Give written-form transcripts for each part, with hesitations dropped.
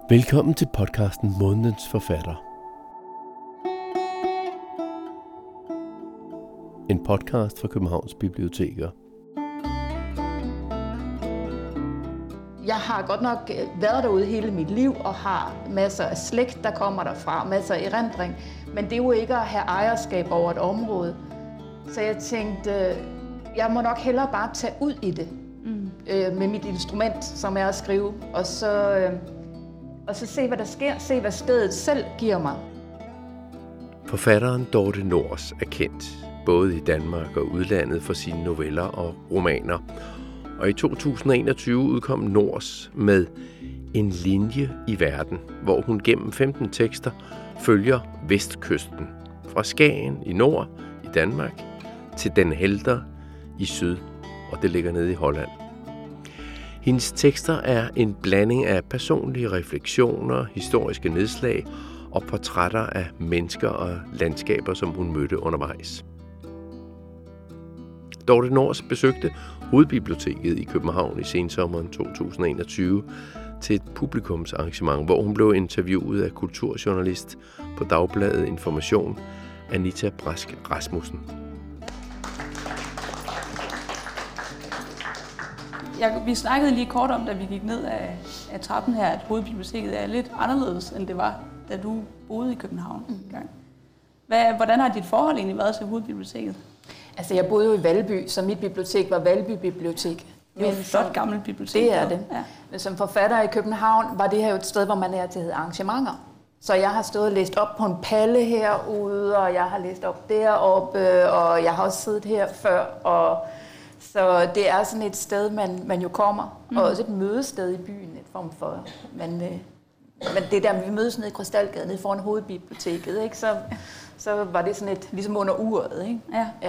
Velkommen til podcasten Månedens Forfatter. En podcast fra Københavns Biblioteker. Jeg har godt nok været derude hele mit liv og har masser af slægt, der kommer derfra, masser af erindring. Men det er jo ikke at have ejerskab over et område. Så jeg tænkte, jeg må nok hellere bare tage ud i det med mit instrument, som er at skrive. Og så se, hvad der sker, se, hvad stedet selv giver mig. Forfatteren Dorthe Nors er kendt, både i Danmark og udlandet, for sine noveller og romaner. Og i 2021 udkom Nors med En linje i verden, hvor hun gennem 15 tekster følger Vestkysten. Fra Skagen i nord i Danmark til Den Helder i syd, og det ligger nede i Holland. Hendes tekster er en blanding af personlige refleksioner, historiske nedslag og portrætter af mennesker og landskaber, som hun mødte undervejs. Dorthe Nors besøgte Hovedbiblioteket i København i sensommeren 2021 til et publikumsarrangement, hvor hun blev interviewet af kulturjournalist på Dagbladet Information, Anita Brask Rasmussen. Vi snakkede lige kort om, da vi gik ned af trappen her, at Hovedbiblioteket er lidt anderledes, end det var, da du boede i København engang. Hvordan har dit forhold egentlig været til Hovedbiblioteket? Altså, jeg boede jo i Valby, så mit bibliotek var Valby Bibliotek. Det er et flot gammelt bibliotek. Det er det. Ja. Men som forfatter i København var det her jo et sted, hvor man er til arrangementer. Så jeg har stået og læst op på en palle herude, og jeg har læst op deroppe, og jeg har også siddet her før. Så det er sådan et sted, man jo kommer, og også et mødested i byen, et form for. Men det der, vi mødes nede i Krystalgade, nede foran Hovedbiblioteket, ikke? Så var det sådan et, ligesom under uret, ikke?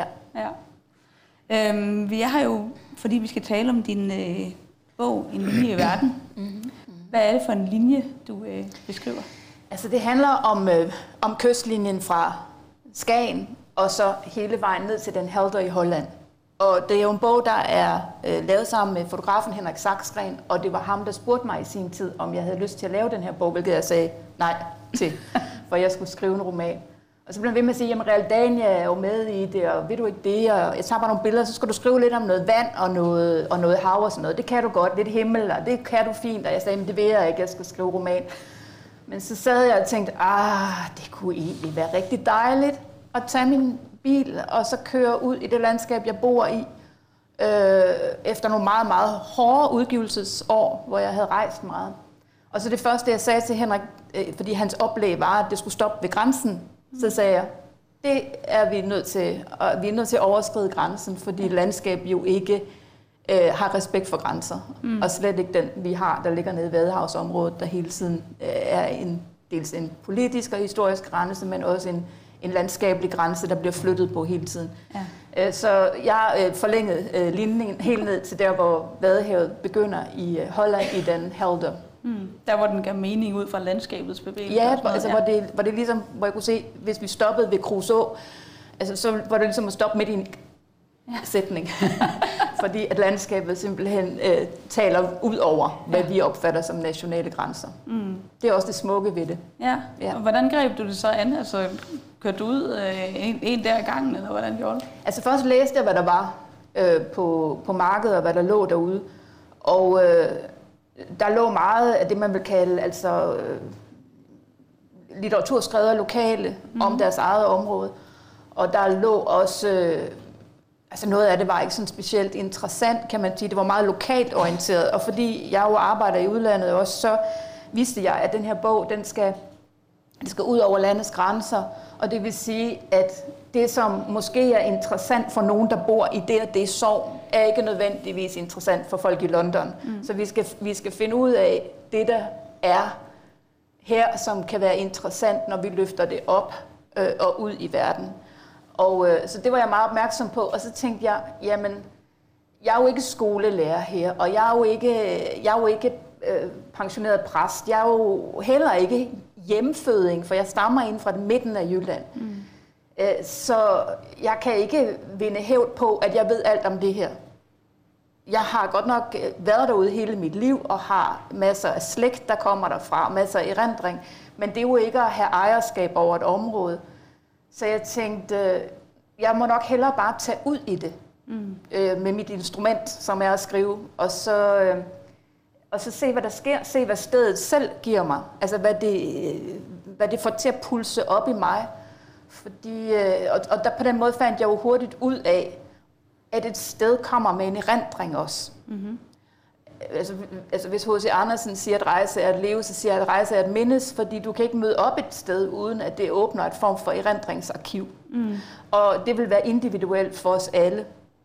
Ja. Vi er her jo, fordi vi skal tale om din bog, En linje i verden. Hvad er det for en linje, du beskriver? Altså, det handler om kystlinjen fra Skagen, og så hele vejen ned til Den Helder i Holland. Og det er jo en bog, der er lavet sammen med fotografen Henrik Saxgren, og det var ham, der spurgte mig i sin tid, om jeg havde lyst til at lave den her bog, hvilket jeg sagde nej til, for jeg skulle skrive en roman. Og så blev han ved med at sige, jamen Realdania er jo med i det, og ved du ikke det, og jeg tager bare nogle billeder, så skal du skrive lidt om noget vand og noget hav og sådan noget. Det kan du godt, lidt himmel, og det kan du fint, og jeg sagde, men det vil jeg ikke, jeg skal skrive roman. Men så sad jeg og tænkte, det kunne egentlig være rigtig dejligt at tage min bil og så køre ud i det landskab, jeg bor i, efter nogle meget, meget hårde udgivelsesår, hvor jeg havde rejst meget. Og så det første, jeg sagde til Henrik, fordi hans oplæg var, at det skulle stoppe ved grænsen, så sagde jeg, det er vi nødt til, og vi er nødt til at overskride grænsen, fordi landskab jo ikke har respekt for grænser. Og slet ikke den, vi har, der ligger nede i Vadehavsområdet, der hele tiden er dels en politisk og historisk grænse, men også en landskabelig grænse, der bliver flyttet på hele tiden. Ja. Så jeg forlængede linjen helt ned til der, hvor Vadehavet begynder i Holland i Den Helder. Der hvor den gav mening ud fra landskabets bevægelse. Ja, altså hvor det ligesom, hvor jeg kunne se, hvis vi stoppede ved Kruså, altså så var det ligesom at stoppe midt i en sætning. Fordi at landskabet simpelthen taler ud over, hvad vi opfatter som nationale grænser. Det er også det smukke ved det. Ja. Og hvordan greb du det så an? Altså, kørte du ud en der ad gangen, eller hvordan gjorde du? Altså først læste jeg, hvad der var på markedet, og hvad der lå derude. Og der lå meget af det, man vil kalde litteratur skrevet af lokale om deres eget område. Og der lå også, noget af det var ikke sådan specielt interessant, kan man sige. Det var meget lokalt orienteret, og fordi jeg jo arbejder i udlandet også, så vidste jeg, at den her bog, det skal ud over landets grænser. Og det vil sige, at det, som måske er interessant for nogen, der bor i det og det sogn, er ikke nødvendigvis interessant for folk i London. Så vi skal finde ud af det, der er her, som kan være interessant, når vi løfter det op og ud i verden. Og så det var jeg meget opmærksom på, og så tænkte jeg, jamen, jeg er jo ikke skolelærer her, og jeg er jo ikke pensioneret præst. Jeg er jo heller ikke hjemføding, for jeg stammer ind fra midten af Jylland. Så jeg kan ikke vinde hævd på, at jeg ved alt om det her. jeg har godt nok været derude hele mit liv, og har masser af slægt, der kommer derfra, masser af erindring, men det er jo ikke at have ejerskab over et område. Så jeg tænkte, jeg må nok hellere bare tage ud i det, med mit instrument, som er at skrive, og så se, hvad der sker, se, hvad stedet selv giver mig, altså hvad det får til at pulse op i mig. Fordi, og der på den måde fandt jeg jo hurtigt ud af, at et sted kommer med en erindring også. Mm-hmm. Altså hvis H.C. Andersen siger, at rejse er at leve, så siger jeg, at rejse er at mindes, fordi du kan ikke møde op et sted, uden at det åbner et form for erindringsarkiv. Mm. Og det vil være individuelt for os alle.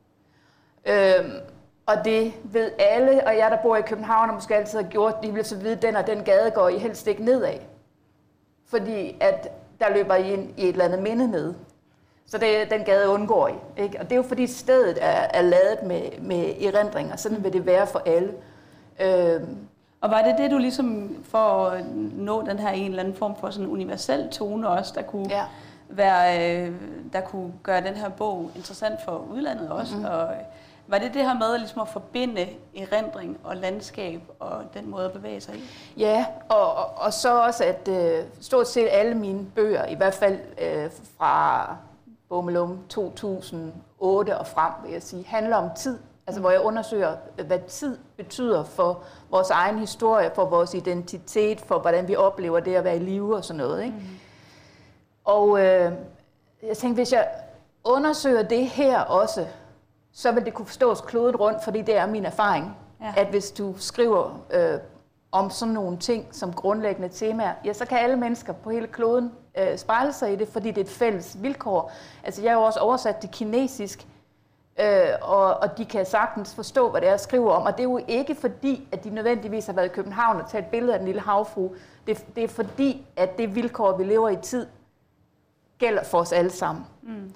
Og det ved alle, og jeg, der bor i København, og måske altid har gjort, de vil så vide, at den og den gade går I helst ikke nedad. Fordi at der løber I ind i et eller andet minde ned. Så den gade undgår I. Ikke? Og det er jo fordi stedet er ladet med erindringer. Sådan vil det være for alle. Og var det du ligesom, for at nå den her en eller anden form for sådan en universel tone også, der kunne være, der kunne gøre den her bog interessant for udlandet også? Mm-hmm. Og var det her med ligesom at forbinde erindring og landskab og den måde at bevæge sig i? Ja, og så også, at stort set alle mine bøger, i hvert fald fra Bummelum 2008 og frem, vil jeg sige, handler om tid. Altså hvor jeg undersøger, hvad tid betyder for vores egen historie, for vores identitet, for hvordan vi oplever det at være i live og sådan noget. Ikke? Mm-hmm. Og jeg tænkte, hvis jeg undersøger det her også, så vil det kunne forstås kloden rundt, fordi det er min erfaring, at hvis du skriver om sådan nogle ting som grundlæggende temaer, ja, så kan alle mennesker på hele kloden spejle sig i det, fordi det er et fælles vilkår. Altså jeg har jo også oversat det kinesisk, og de kan sagtens forstå, hvad det er, jeg skriver om. Og det er jo ikke fordi, at de nødvendigvis har været i København og taget et billede af den lille havfrue. Det er fordi, at det vilkår, vi lever i tid, gælder for os alle sammen. Mm.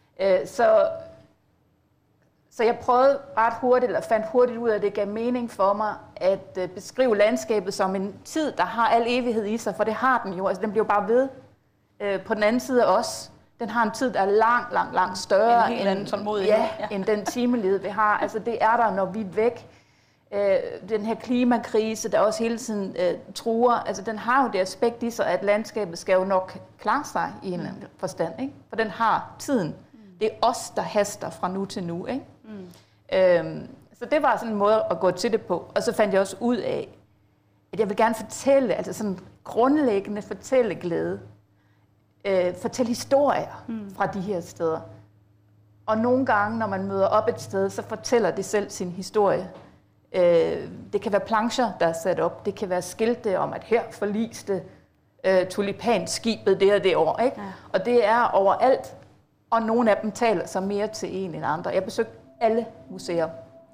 Så jeg prøvede ret hurtigt, eller fandt hurtigt ud af, at det gav mening for mig, at beskrive landskabet som en tid, der har al evighed i sig, for det har den jo. Altså den bliver jo bare ved på den anden side af os. Den har en tid, der er langt større end den timelighed, vi har. Altså det er der, når vi er væk. Den her klimakrise, der også hele tiden truer, altså den har jo det aspekt i sig, at landskabet skal jo nok klare sig i en eller anden forstand, ikke? For den har tiden. Det er os, der haster fra nu til nu, ikke? Så det var sådan en måde at gå til det på. Og så fandt jeg også ud af, at jeg vil gerne fortælle, altså sådan grundlæggende fortælleglæde, fortælle historier fra de her steder. Og nogle gange, når man møder op et sted, så fortæller det selv sin historie. Det kan være plancher, der er sat op. Det kan være skilte om, at her forliste tulipanskibet det og det år. Ikke? Ja. Og det er overalt, og nogle af dem taler sig mere til en end andre. Jeg besøgte alle museer.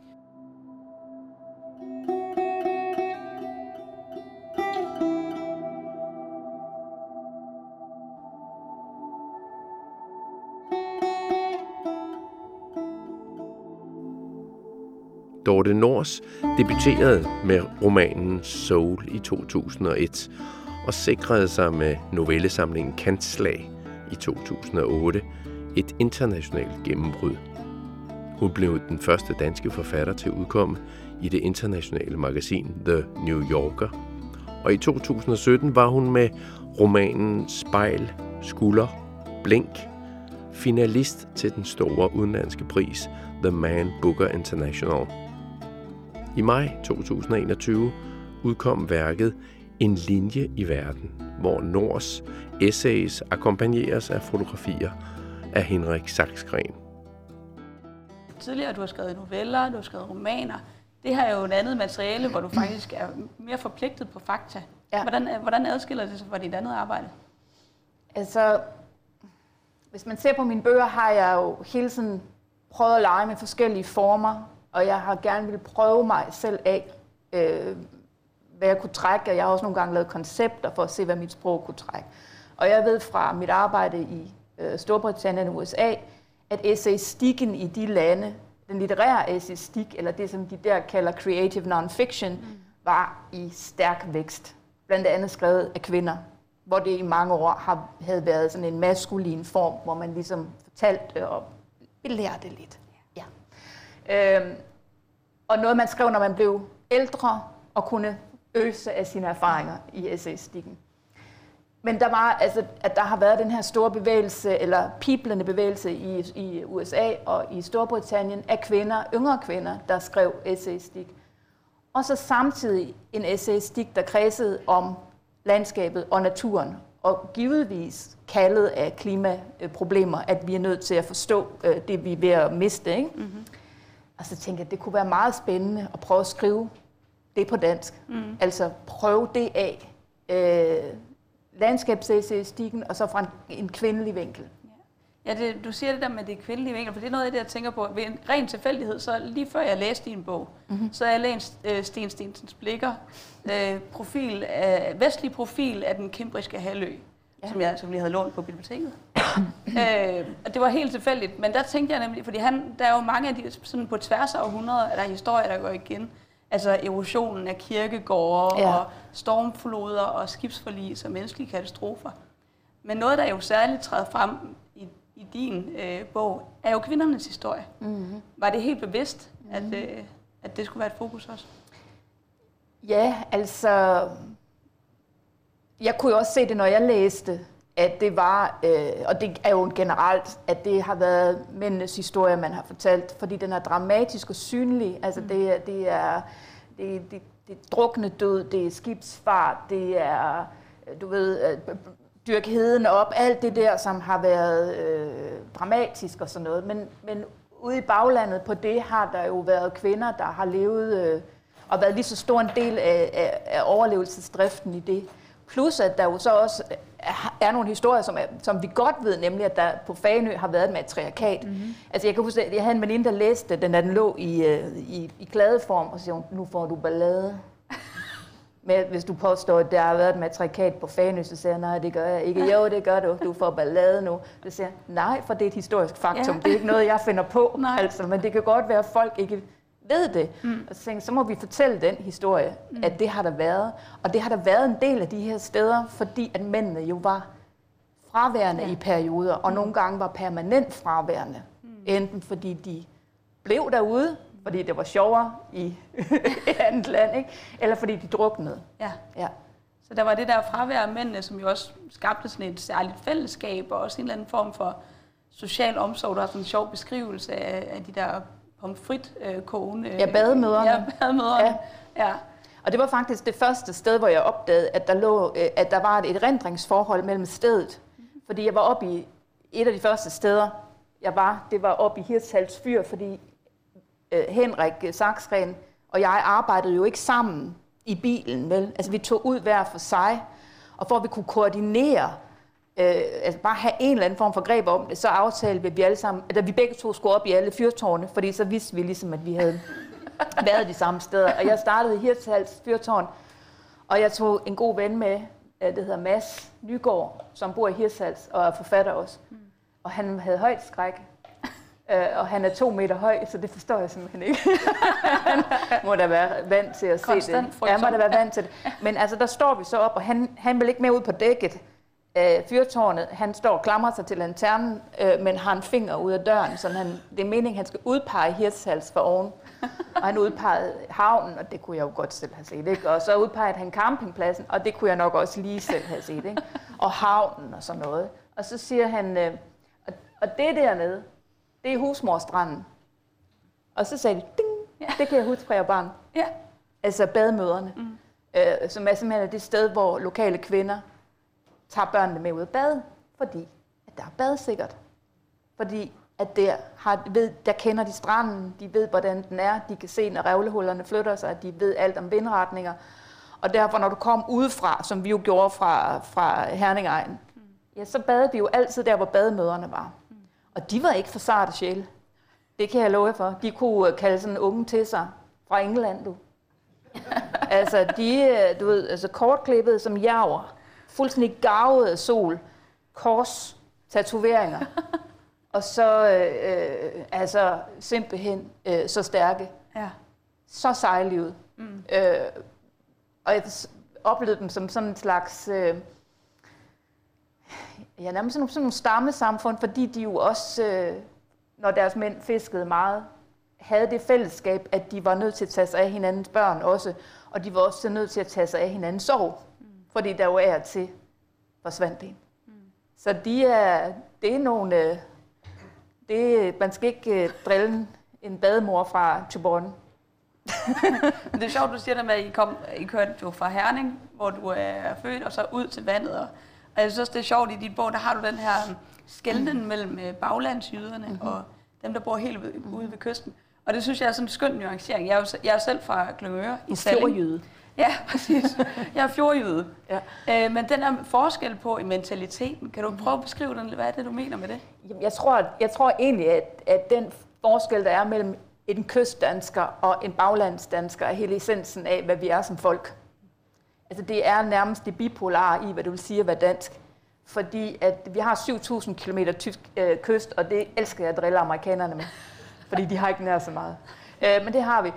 Dorthe Nors debuterede med romanen Soul i 2001 og sikrede sig med novellesamlingen Kantslag i 2008 et internationalt gennembrud. Hun blev den første danske forfatter til at udkomme i det internationale magasin The New Yorker, og i 2017 var hun med romanen Spejl, Skulder, Blink finalist til den store udenlandske pris The Man Booker International. I maj 2021 udkom værket En linje i verden, hvor Nors essays akkompagneres af fotografier af Henrik Saxgren. Tidligere du har skrevet noveller, du har skrevet romaner. Det her er jo et andet materiale, hvor du faktisk er mere forpligtet på fakta. Ja. Hvordan adskiller det sig fra dit andet arbejde? Altså, hvis man ser på mine bøger, har jeg jo hele tiden prøvet at lege med forskellige former, og jeg har gerne ville prøve mig selv af, hvad jeg kunne trække, og jeg har også nogle gange lavet koncepter for at se, hvad mit sprog kunne trække. Og jeg ved fra mit arbejde i Storbritannien og USA, at essayistikken i de lande, den litterære essayistik, eller det som de der kalder creative non-fiction, var i stærk vækst. Blandt andet skrevet af kvinder, hvor det i mange år havde været sådan en maskulin form, hvor man ligesom fortalte og belærte lidt. Ja. og noget, man skrev, når man blev ældre og kunne øse af sine erfaringer i essaystikken. Men der var, altså, at der har været den her store bevægelse, eller piblende bevægelse i USA og i Storbritannien af kvinder, yngre kvinder, der skrev essaystik. Og så samtidig en essaystik, der kredsede om landskabet og naturen, og givetvis kaldet af klimaproblemer, at vi er nødt til at forstå det, vi er ved at miste. Ikke? Mm-hmm. Og så tænkte jeg, at det kunne være meget spændende at prøve at skrive det på dansk. Mm. Altså prøve det af. Landskabsessayistikken, og så fra en kvindelig vinkel. Ja, du siger det der med det kvindelige vinkel, for det er noget af det, jeg tænker på. Ved en ren tilfældighed, så lige før jeg læste din bog, så jeg læst Sten Steensens Blikker, vestlig profil af den Kimbriske halvø, som jeg havde lånt på biblioteket. Og det var helt tilfældigt, men der tænkte jeg nemlig, fordi der er jo mange af de, sådan på tværs af århundreder, der er historier, der går igen. Altså erosionen af kirkegårde og stormfloder og skibsforlis og menneskelige katastrofer. Men noget, der jo særligt træder frem i din bog, er jo kvindernes historie. Mm-hmm. Var det helt bevidst, at det skulle være et fokus også? Ja, altså... Jeg kunne jo også se det, når jeg læste, at det var, og det er jo generelt, at det har været mændenes historie, man har fortalt, fordi den er dramatisk og synlig. Altså det er drukne død, det er skibsfart, det er, du ved, dyrke heden op, alt det der, som har været dramatisk og sådan noget. Men ude i baglandet på det har der jo været kvinder, der har levet og været lige så stor en del af overlevelsesdriften i det. Plus at der jo så også er nogle historier, som vi godt ved, nemlig at der på Fanø har været et matriarkat. Mm-hmm. Altså jeg kan huske, at jeg havde en veninde, der læste den, da den lå i kladeform, og så siger hun, nu får du ballade. Men hvis du påstår, at der har været et matriarkat på Fanø, så siger jeg, nej, det gør jeg ikke. Jo, det gør du får ballade nu. Så siger jeg, nej, for det er et historisk faktum. Ja. Det er ikke noget, jeg finder på. Altså, men det kan godt være, at folk ikke ved det. Mm. Og så tænkte jeg, så må vi fortælle den historie, at det har der været. Og det har der været en del af de her steder, fordi at mændene jo var fraværende i perioder, og nogle gange var permanent fraværende. Enten fordi de blev derude, fordi det var sjovere i et andet land, ikke? Eller fordi de druknede. Ja. Så der var det der fravær af mændene, som jo også skabte sådan et særligt fællesskab, og også en eller anden form for social omsorg. Der har sådan en sjov beskrivelse af de der pomfritkogende... bademøderne. Ja, bademøderne. Ja. Og det var faktisk det første sted, hvor jeg opdagede, at der var et erindringsforhold mellem stedet. Fordi jeg var oppe i et af de første steder, det var oppe i Hirtshals Fyr, fordi Henrik Saxgren og jeg arbejdede jo ikke sammen i bilen, vel? Altså vi tog ud hver for sig, og for at vi kunne koordinere, altså bare have en eller anden form for greb om det, så aftalte vi alle sammen, at vi begge to skulle op i alle fyrtårne, fordi så vidste vi ligesom, at vi havde været de samme steder. Og jeg startede i Hirtshals Fyrtårn, og jeg tog en god ven med, det hedder Mads Nygaard, som bor i Hirtshals og er forfatter også. Og han havde højdeskræk. Og han er 2 meter høj, så det forstår jeg simpelthen ikke. Han må da være vant til at se det. Ja, må da være vant til det. Men altså, der står vi så op, og han vil ikke med ud på dækket af fyrtårnet. Han står og klamrer sig til lanternen, men har en finger ud af døren. Så det er meningen, han skal udpege Hirtshals for oven. Og han udpegede havnen, og det kunne jeg jo godt selv have set. Ikke? Og så udpegede han campingpladsen, og det kunne jeg nok også lige selv have set. Ikke? Og havnen og sådan noget. Og så siger han, og det dernede, det er Husmorstranden. Og så sagde de, ding, det kan jeg huske fra jeg barn. Ja. Altså bademøderne, som er simpelthen det sted, hvor lokale kvinder tager børnene med ud at bade, fordi at der er badesikkert. Fordi at der kender de stranden, de ved, hvordan den er, de kan se, når revlehullerne flytter sig, de ved alt om vindretninger. Og derfor, når du kom udefra, som vi jo gjorde fra Herningegnen, ja, så badede vi jo altid der, hvor bademøderne var. Og de var ikke for sarte sjæle. Det kan jeg love jer for. De kunne kalde sådan en unge til sig fra England, du. Altså, du ved, altså kortklippede som javer, fuldstændig garvede af sol, kors, tatoveringer, og så altså simpelthen så stærke. Ja. Så sejlivet. Og jeg oplevede dem som sådan en slags... nærmest sådan nogle stammesamfund, fordi de jo også, når deres mænd fiskede meget, havde det fællesskab, at de var nødt til at tage sig af hinandens børn også, og de var også nødt til at tage sig af hinandens sorg, fordi der jo er til forsvandt en. Så det er nogle... man skal ikke drille en bademor fra Thyborøn. Det er sjovt, du siger det med, at I kørte jo fra Herning, hvor du er født, og så ud til vandet. Og jeg synes også, det er sjovt, i dit bog, der har du den her skelnen mellem baglandsjyderne og dem, der bor helt ude ved kysten. Og det synes jeg er sådan en skøn nuancering. Jeg er selv fra Glyngøre i Salling. Fjordjyde. Ja, præcis. Jeg er fjordjyde. Ja. Men den er forskel på i mentaliteten. Kan du prøve at beskrive den? Hvad er det, du mener med det? Jamen, jeg tror egentlig, at den forskel, der er mellem en kystdansker og en baglandsdansker, er hele essensen af, hvad vi er som folk. Altså, det er nærmest det bipolare i, hvad du vil sige at være dansk. Fordi at vi har 7.000 km tysk kyst, og det elsker jeg at drille amerikanerne med. Fordi de har ikke nær så meget. Men det har vi.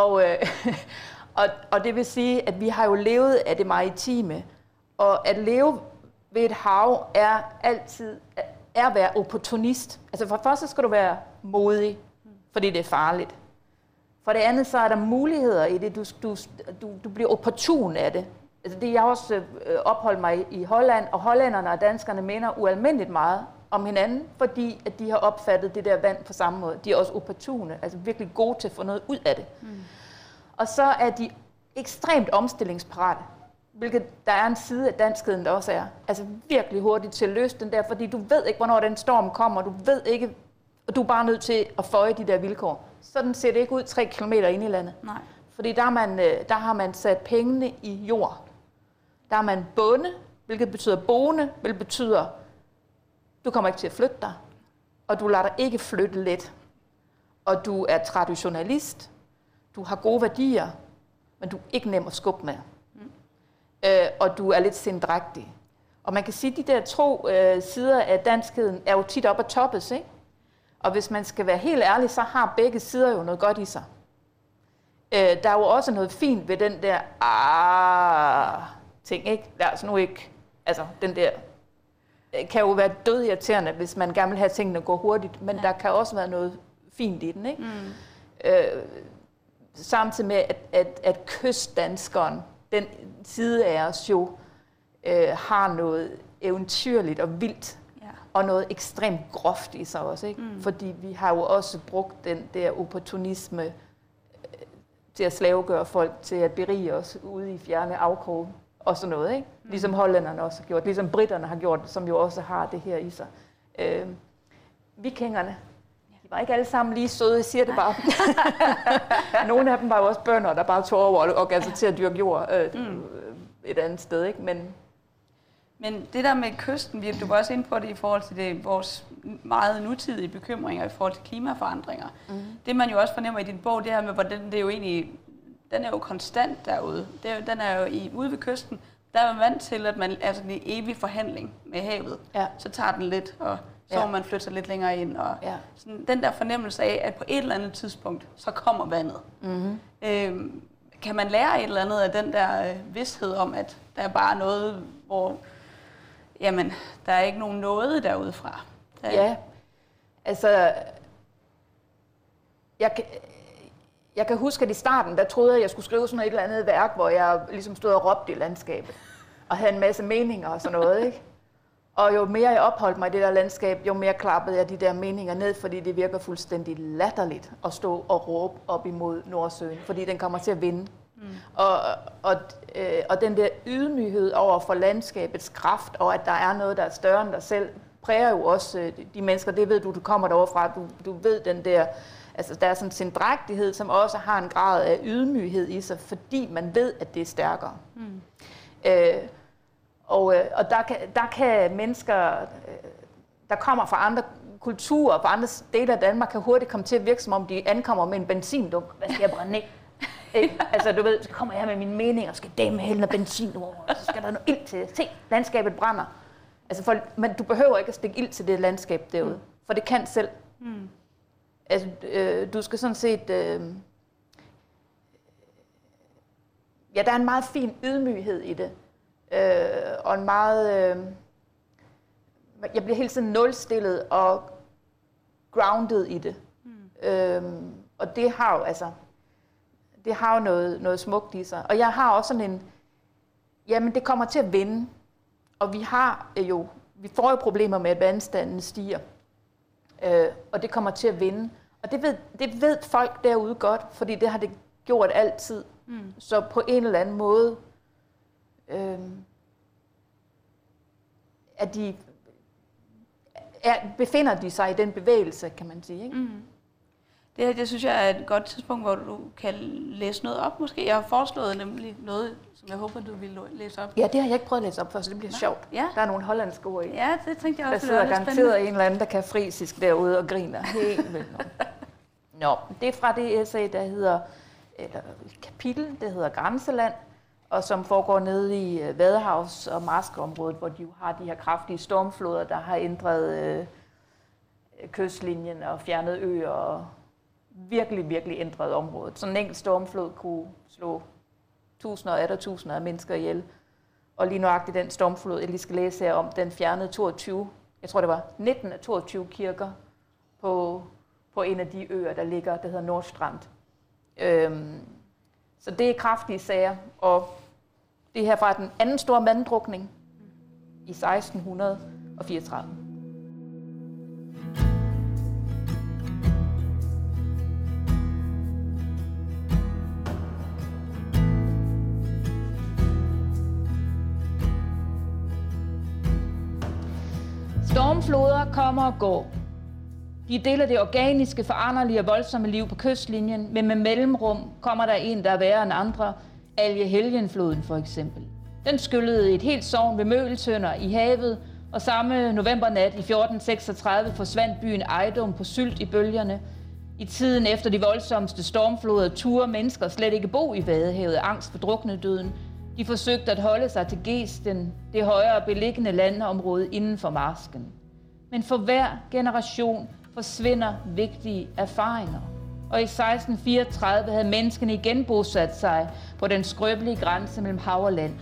Og det vil sige, at vi har jo levet af det maritime. Og at leve ved et hav er altid at være opportunist. Altså for det første skal du være modig, fordi det er farligt. For det andet, så er der muligheder i det. Du bliver opportun af det. Altså det, jeg har også opholdt mig i Holland, og hollænderne og danskerne minder ualmindeligt meget om hinanden, fordi at de har opfattet det der vand på samme måde. De er også opportune, altså virkelig gode til at få noget ud af det. Og så er de ekstremt omstillingsparate, hvilket der er en side af danskheden, der også er. Altså virkelig hurtigt til at løse den der, fordi du ved ikke, hvornår den storm kommer, du ved ikke, og du er bare nødt til at føje de der vilkår. Sådan ser det ikke ud 3 kilometer inde i landet. Nej. Fordi der har man sat pengene i jord. Der er man bonde, hvilket betyder boende, hvilket betyder, du kommer ikke til at flytte dig, og du lader dig ikke flytte let. Og du er traditionalist, du har gode værdier, men du er ikke nem at skubbe med. Og du er lidt sindrægtig. Og man kan sige, at de der 2 sider af danskheden er jo tit op at toppes, ikke? Og hvis man skal være helt ærlig, så har begge sider jo noget godt i sig. Der er jo også noget fint ved den der ting, ikke? Der er altså nu ikke, altså den der kan jo være dødirriterende, hvis man gerne vil have tingene gå hurtigt, men der kan også være noget fint i den, ikke? Samtidig med, at kystdanskeren, den side af os jo, har noget eventyrligt og vildt, og noget ekstremt groft i sig også, ikke? Fordi vi har jo også brugt den der opportunisme til at slavegøre folk, til at berige os ude i fjerne afkroge og sådan noget, ikke? Ligesom hollænderne også har gjort, ligesom britterne har gjort, som jo også har det her i sig. Vikingerne, de var ikke alle sammen lige søde, jeg siger det bare. Nogle af dem var jo også bønder, der bare tog over og gav sig til at dyrke jord et andet sted, ikke? Men det der med kysten, du var også inde på det i forhold til vores meget nutidige bekymringer i forhold til klimaforandringer. Det man jo også fornemmer i din bog, det her med, hvordan det er jo egentlig, den er jo konstant derude. Den er jo ude ved kysten, der er man vant til, at man er sådan en evig forhandling med havet. Ja. Så tager den lidt, og så må man flytte sig lidt længere ind. Og sådan, den der fornemmelse af, at på et eller andet tidspunkt, så kommer vandet. Kan man lære et eller andet af den der vidsthed om, at der er bare noget, hvor jamen, der er ikke nogen nåde derudefra? Ja, altså jeg kan huske, at i starten, der troede jeg, at jeg skulle skrive sådan et eller andet værk, hvor jeg ligesom stod og råbte i landskabet, og havde en masse meninger og sådan noget, ikke? Og jo mere jeg opholdt mig i det der landskab, jo mere klappede jeg de der meninger ned, fordi det virker fuldstændig latterligt at stå og råbe op imod Nordsøen, fordi den kommer til at vinde. Og den der ydmyghed over for landskabets kraft, og at der er noget, der er større end dig selv, præger jo også de mennesker. Det ved du kommer derovre fra. Du ved den der, altså der er sådan en sindrægtighed, som også har en grad af ydmyghed i sig, fordi man ved, at det er stærkere. Og der kan mennesker, der kommer fra andre kulturer, fra andre dele af Danmark, kan hurtigt komme til at virke, som om de ankommer med en benzindunk. Hvad skal jeg brænde af? Altså du ved, så kommer jeg med mine meninger, og skal dæmme hælde noget benzin over, og så skal der noget ild til. Se, landskabet brænder. Altså men du behøver ikke at stikke ild til det landskab derude, for det kan selv. Altså du skal sådan set... ja, der er en meget fin ydmyghed i det. Og en meget... jeg bliver hele tiden nulstillet og grounded i det. Og det har jo noget smukt i sig. Og jeg har også sådan jamen det kommer til at vinde. Og vi får jo problemer med, at vandstanden stiger. Og det kommer til at vinde. Og det ved folk derude godt, fordi det har det gjort altid. Så på en eller anden måde, befinder de sig i den bevægelse, kan man sige. Ikke? Det synes jeg er et godt tidspunkt, hvor du kan læse noget op måske. Jeg har foreslået nemlig noget, som jeg håber, du vil læse op. Ja, det har jeg ikke prøvet at læse op for, så det bliver sjovt. Ja. Der er nogle hollandske ord i. Ja, det tænkte jeg også. Der sidder garanteret en eller anden, der kan frisisk derude og griner helt vildt. Nå, det er fra det essay, der hedder, eller kapitel, der hedder Grænseland, og som foregår nede i Vadehavs- og Marskområdet, hvor de jo har de her kraftige stormfloder, der har ændret kystlinjen og fjernet øer og virkelig, virkelig ændret området. Sådan en enkelt stormflod kunne slå tusinder af mennesker ihjel. Og lige nøjagtigt den stormflod, jeg lige skal læse her om, den fjernede 19 af 22 kirker på en af de øer, der ligger, der hedder Nordstrand. Så det er kraftige sager, og det er her fra den anden store manddrukning i 1634. Stormfloder kommer og går. De deler det organiske, foranderlige og voldsomme liv på kystlinjen, men med mellemrum kommer der en, der er værre end andre. Alge-Helgenfloden for eksempel. Den skyllede et helt sogn ved Møgeltønder i havet, og samme novembernat i 1436 forsvandt byen Ejdum på sylt i bølgerne. I tiden efter de voldsomste stormfloder turde mennesker slet ikke bo i Vadehavet af angst for druknedøden. De forsøgte at holde sig til Gesten, det højere beliggende landområde inden for marsken. Men for hver generation forsvinder vigtige erfaringer. Og i 1634 havde menneskene igen bosat sig på den skrøbelige grænse mellem hav og land.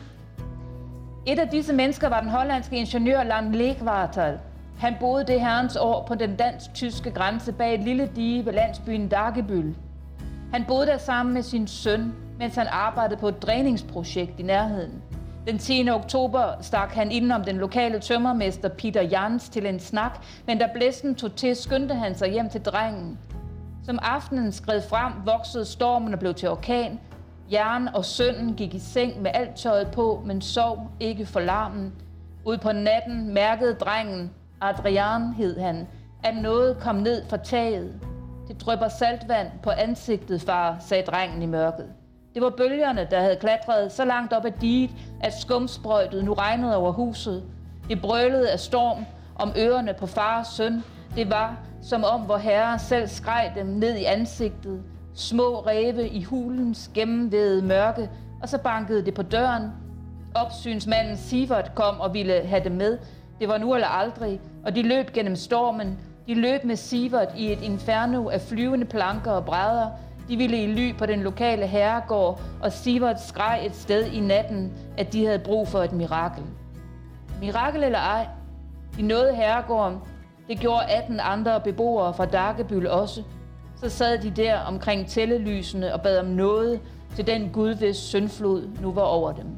Et af disse mennesker var den hollandske ingeniør Jan Leegwater. Han boede det herrens år på den dansk-tyske grænse bag et lille dige ved landsbyen Dagebüll. Han boede der sammen med sin søn, mens han arbejdede på et dræningsprojekt i nærheden. Den 10. oktober stak han indenom den lokale tømmermester Peter Jans til en snak, men da blæsten tog til, skyndte han sig hjem til drengen. Som aftenen skred frem, voksede stormen og blev til orkan. Jan og sønnen gik i seng med alt tøjet på, men sov ikke for larmen. Ude på natten mærkede drengen, Adrian hed han, at noget kom ned fra taget. Det drypper saltvand på ansigtet, far, sagde drengen i mørket. Det var bølgerne, der havde klatret så langt op ad diget, at skumsprøjtet nu regnede over huset. Det brølede af storm om ørerne på far og søn. Det var, som om vor herre selv skreg dem ned i ansigtet. Små ræve i hulens gennemvævede mørke, og så bankede det på døren. Opsynsmanden Sivert kom og ville have dem med. Det var nu eller aldrig, og de løb gennem stormen. De løb med Sivert i et inferno af flyvende planker og brædder. De ville i ly på den lokale herregård, og Sivert skreg et sted i natten, at de havde brug for et mirakel. Mirakel eller ej, de nåede herregården. Det gjorde 18 andre beboere fra Dagebüll også. Så sad de der omkring tællelysene og bad om noget til den Gud, hvis syndflod nu var over dem.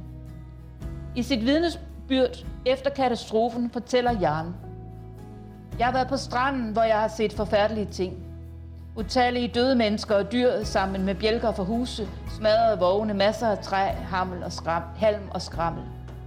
I sit vidnesbyrd efter katastrofen fortæller Jan: Jeg har været på stranden, hvor jeg har set forfærdelige ting. Utallige døde mennesker og dyr sammen med bjælker for huse, smadrede vogne, masser af træ, halm og skrammel.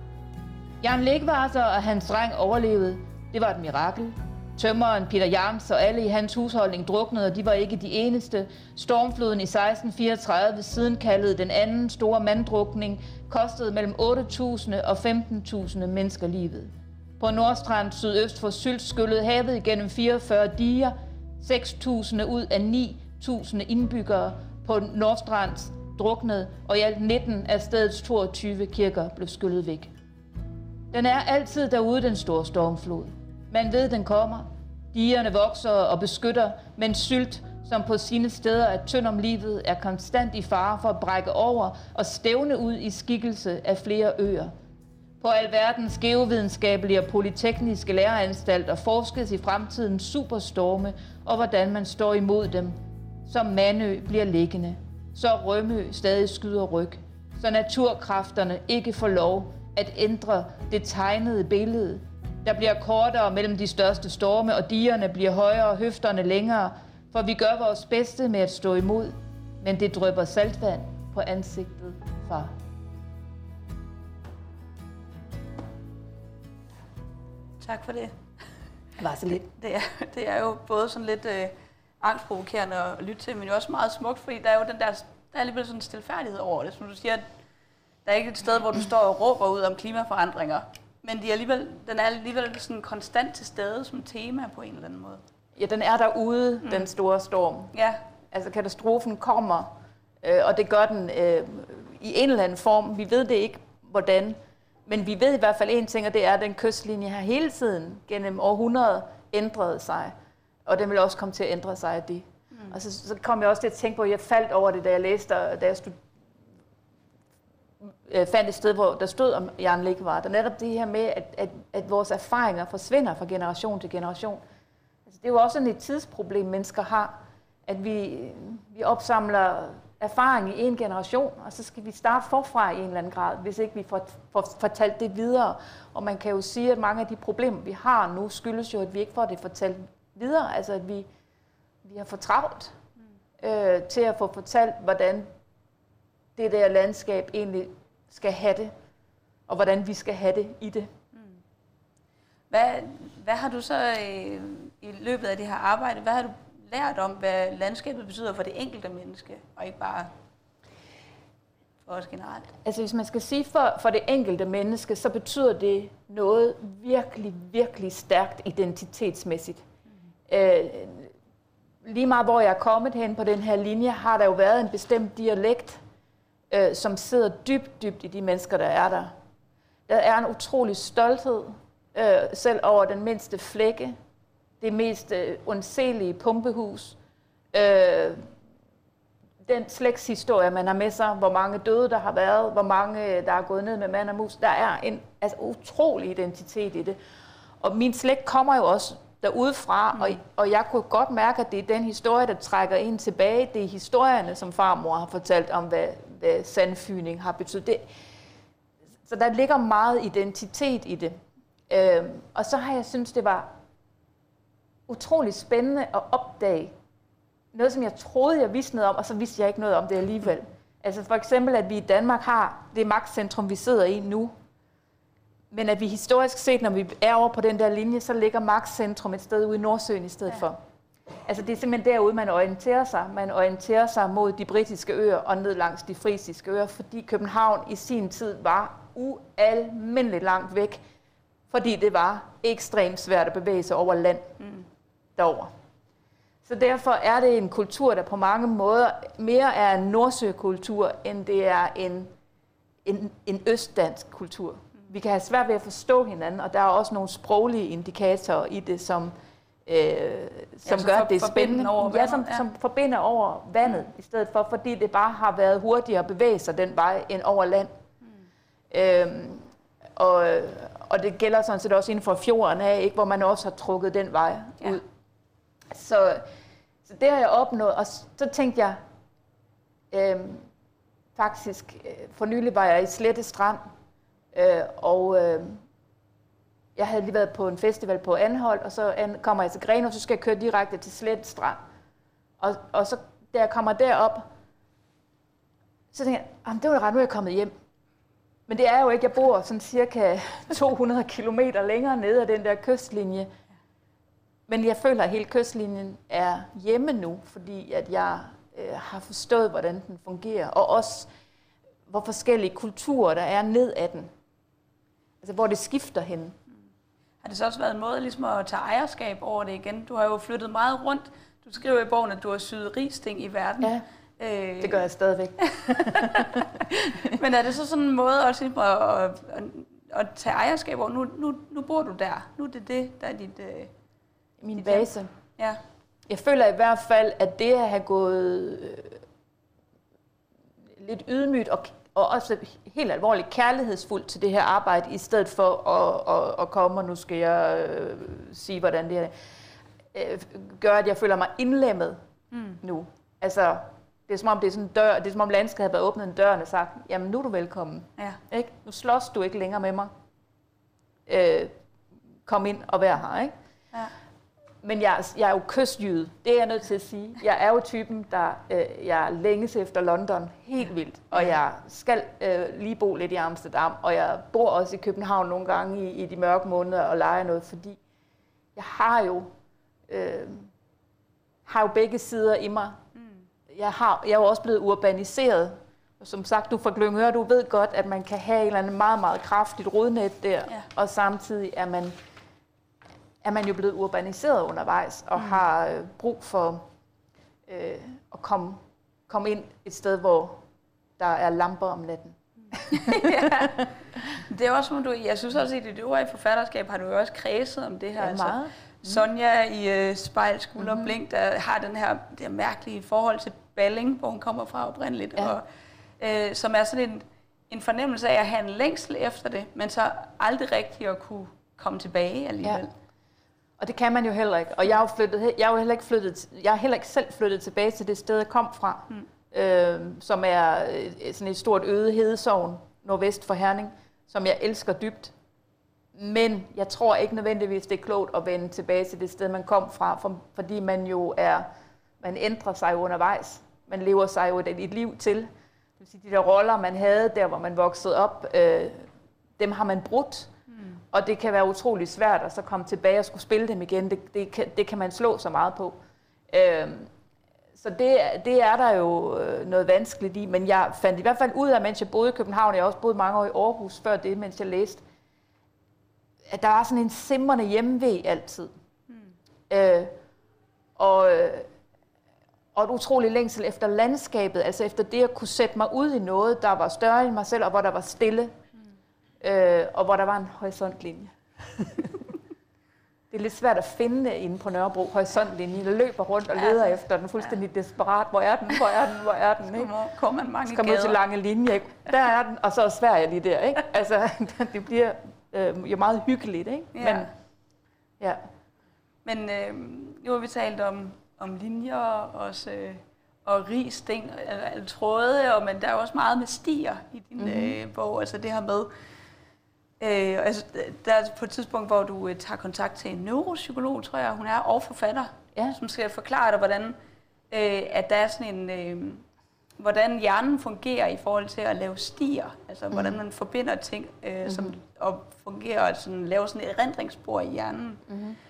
Jan Leegwater og hans dreng overlevede. Det var et mirakel. Tømmeren Peter Jans og alle i hans husholdning druknede, og de var ikke de eneste. Stormfloden i 1634, siden kaldet den anden store manddrukning, kostede mellem 8.000 og 15.000 mennesker livet. På Nordstrand sydøst for Sylt skyllede havet igennem 44 diger. 6.000 ud af 9.000 indbyggere på Nordstrand druknede, og i alt 19 af stedets 22 kirker blev skyllet væk. Den er altid derude, den store stormflod. Man ved, den kommer. Digerne vokser og beskytter, men Sylt, som på sine steder er tynd om livet, er konstant i fare for at brække over og stævne ud i skikkelse af flere øer. På alverdens geovidenskabelige og polytekniske læreanstalter forskes i fremtiden superstorme og hvordan man står imod dem. så Mandø bliver liggende, så Rømø stadig skyder ryg, så naturkræfterne ikke får lov at ændre det tegnede billede. Der bliver kortere mellem de største storme, og digerne bliver højere og høfterne længere, for vi gør vores bedste med at stå imod, men det drypper saltvand på ansigtet, far. Tak for det. Det var så lidt. Det er jo både sådan lidt angstprovokerende at lytte til, men jo også meget smukt, fordi der er jo der er alligevel sådan en stilfærdighed over det. Som du siger, der er ikke et sted, hvor du står og råber ud om klimaforandringer, men den er alligevel sådan konstant til stede som tema på en eller anden måde. Ja, den er derude, den store storm. Ja. Altså katastrofen kommer, og det gør den i en eller anden form. Vi ved det ikke, hvordan. Men vi ved i hvert fald en ting, og det er, at den kystlinje har hele tiden gennem århundreder ændret sig. Og den vil også komme til at ændre sig af det. Og så kom jeg også til at tænke på, at jeg faldt over det, da jeg læste, da jeg fandt et sted, hvor der stod om Jan Lækkevaart. Og netop det her med, at vores erfaringer forsvinder fra generation til generation. Altså, det er jo også sådan et tidsproblem, mennesker har, at vi opsamler erfaring i en generation, og så skal vi starte forfra i en eller anden grad, hvis ikke vi får fortalt det videre. Og man kan jo sige, at mange af de problemer, vi har nu, skyldes jo, at vi ikke får det fortalt videre. Altså, at vi har for travlt til at få fortalt, hvordan det der landskab egentlig skal have det, og hvordan vi skal have det i det. Hvad har du så i løbet af det her arbejde, hvad har du lært om, hvad landskabet betyder for det enkelte menneske, og ikke bare for os generelt? Altså hvis man skal sige for det enkelte menneske, så betyder det noget virkelig, virkelig stærkt identitetsmæssigt. Lige meget hvor jeg er kommet hen på den her linje, har der jo været en bestemt dialekt, som sidder dybt, dybt i de mennesker, der er der. Der er en utrolig stolthed, selv over den mindste flække, det mest undselige pumpehus, den slægtshistorie, man har med sig, hvor mange døde der har været, hvor mange der er gået ned med mand og mus. Der er en utrolig identitet i det. Og min slægt kommer jo også derudefra, og jeg kunne godt mærke, at det er den historie, der trækker en tilbage. Det er historierne, som farmor har fortalt om, hvad sandfyning har betydet. Så der ligger meget identitet i det. Og så har jeg syntes, det var utrolig spændende at opdage noget, som jeg troede, jeg vidste noget om, og så vidste jeg ikke noget om det alligevel. Altså for eksempel, at vi i Danmark har det magtcentrum, vi sidder i nu, men at vi historisk set, når vi er over på den der linje, så ligger magtcentrum et sted ude i Nordsøen i stedet for. Altså det er simpelthen derude, man orienterer sig. Man orienterer sig mod de britiske øer og ned langs de frisiske øer, fordi København i sin tid var ualmindeligt langt væk, fordi det var ekstremt svært at bevæge sig over land derover. Så derfor er det en kultur, der på mange måder mere er en nordsøkultur, end det er en østdansk kultur. Vi kan have svært ved at forstå hinanden, og der er også nogle sproglige indikatorer i det, som gør det spændende. Som forbinder over vandet, i stedet for, fordi det bare har været hurtigere at bevæge sig den vej end over land. Og det gælder sådan set også inden for fjorden af, ikke, hvor man også har trukket den vej ud. Så det har jeg opnået, og så tænkte jeg, for nylig var jeg i Slette Strand, og jeg havde lige været på en festival på Anholt, og så kommer jeg til Grenaa, så skal jeg køre direkte til Slette Strand. Og så da jeg kommer derop, så tænkte jeg, det var ret, nu er jeg kommet hjem. Men det er jo ikke, jeg bor sådan cirka 200 kilometer længere nede af den der kystlinje. Men jeg føler, at hele kystlinjen er hjemme nu, fordi at jeg har forstået, hvordan den fungerer. Og også, hvor forskellige kulturer der er ned ad den. Altså, hvor det skifter hen. Har det så også været en måde ligesom at tage ejerskab over det igen? Du har jo flyttet meget rundt. Du skriver i bogen, at du har syet rigsting i verden. Ja, det gør jeg stadigvæk. Men er det så sådan en måde også at tage ejerskab over? Nu bor du der. Nu er det der er dit... Min base. Ja. Jeg føler i hvert fald, at det at have gået lidt ydmygt og også helt alvorligt kærlighedsfuldt til det her arbejde, i stedet for at komme, og nu skal jeg sige, hvordan det er, gør, at jeg føler mig indlemmet nu. Altså, det er som om det er sådan en dør, det er som om landskabet havde været åbnet en dør og sagt, jamen nu er du velkommen. Ja. Ikke? Nu slås du ikke længere med mig. Kom ind og vær her, ikke? Ja. Men jeg er jo kystjyde, det er jeg nødt til at sige. Jeg er jo typen, der jeg længes efter London helt vildt, og jeg skal lige bo lidt i Amsterdam, og jeg bor også i København nogle gange i de mørke måneder og leger noget, fordi jeg har jo begge sider i mig. Jeg er jo også blevet urbaniseret, og som sagt, du fra Glyngøre, du ved godt, at man kan have et eller andet meget, meget kraftigt rodnet der, og samtidig er man jo blevet urbaniseret undervejs, og har brug for at komme ind et sted, hvor der er lamper om natten. Ja. Det er også, som jeg synes også, at i det øvrige forfatterskab har du jo også kredset om det her. Ja, meget. Sonja i Spejl, Skulder og Blink, der har det her mærkelige forhold til Balling, hvor hun kommer fra oprindeligt, og som er sådan en fornemmelse af at have en længsel efter det, men så aldrig rigtig at kunne komme tilbage alligevel. Ja. Og det kan man jo heller ikke. Og jeg har heller ikke selv flyttet tilbage til det sted, jeg kom fra, som er sådan et stort øde hedesogn nordvest for Herning, som jeg elsker dybt. Men jeg tror ikke nødvendigvis, det er klogt at vende tilbage til det sted, man kom fra, fordi man ændrer sig jo undervejs. Man lever sig jo et liv til. Det vil sige, de der roller, man havde der, hvor man voksede op, dem har man brudt. Og det kan være utrolig svært at så komme tilbage og skulle spille dem igen. Det kan man slå så meget på. Så det er der jo noget vanskeligt i. Men jeg fandt i hvert fald ud af, mens jeg boede i København, jeg har også boet mange år i Aarhus før det, mens jeg læste, at der var sådan en simrende hjemvej altid. Og et utroligt længsel efter landskabet, altså efter det at kunne sætte mig ud i noget, der var større end mig selv, og hvor der var stille. Og hvor der var en horisontlinje. Det er lidt svært at finde inde på Nørrebro, horisontlinjen. Jeg løber rundt og leder efter den fuldstændig desperat. Hvor er den? Hvor er den? Hvor er den? Ikke? Kommer man mange gader. Til lange linje. Ikke? Der er den, og så er Sverige lige der. Ikke? Altså, det bliver jo meget hyggeligt. Ikke? Ja. Men nu har vi talt om linjer også, og rig tråde, men der er også meget med stier i din bog. Altså det her med, altså, der er på et tidspunkt, hvor du tager kontakt til en neuropsykolog, tror jeg, hun er, og forfatter, som skal forklare dig, hvordan at der er sådan en, hvordan hjernen fungerer i forhold til at lave stier, altså hvordan man forbinder ting, og fungerer sådan, laver sådan et erindringsspor i hjernen.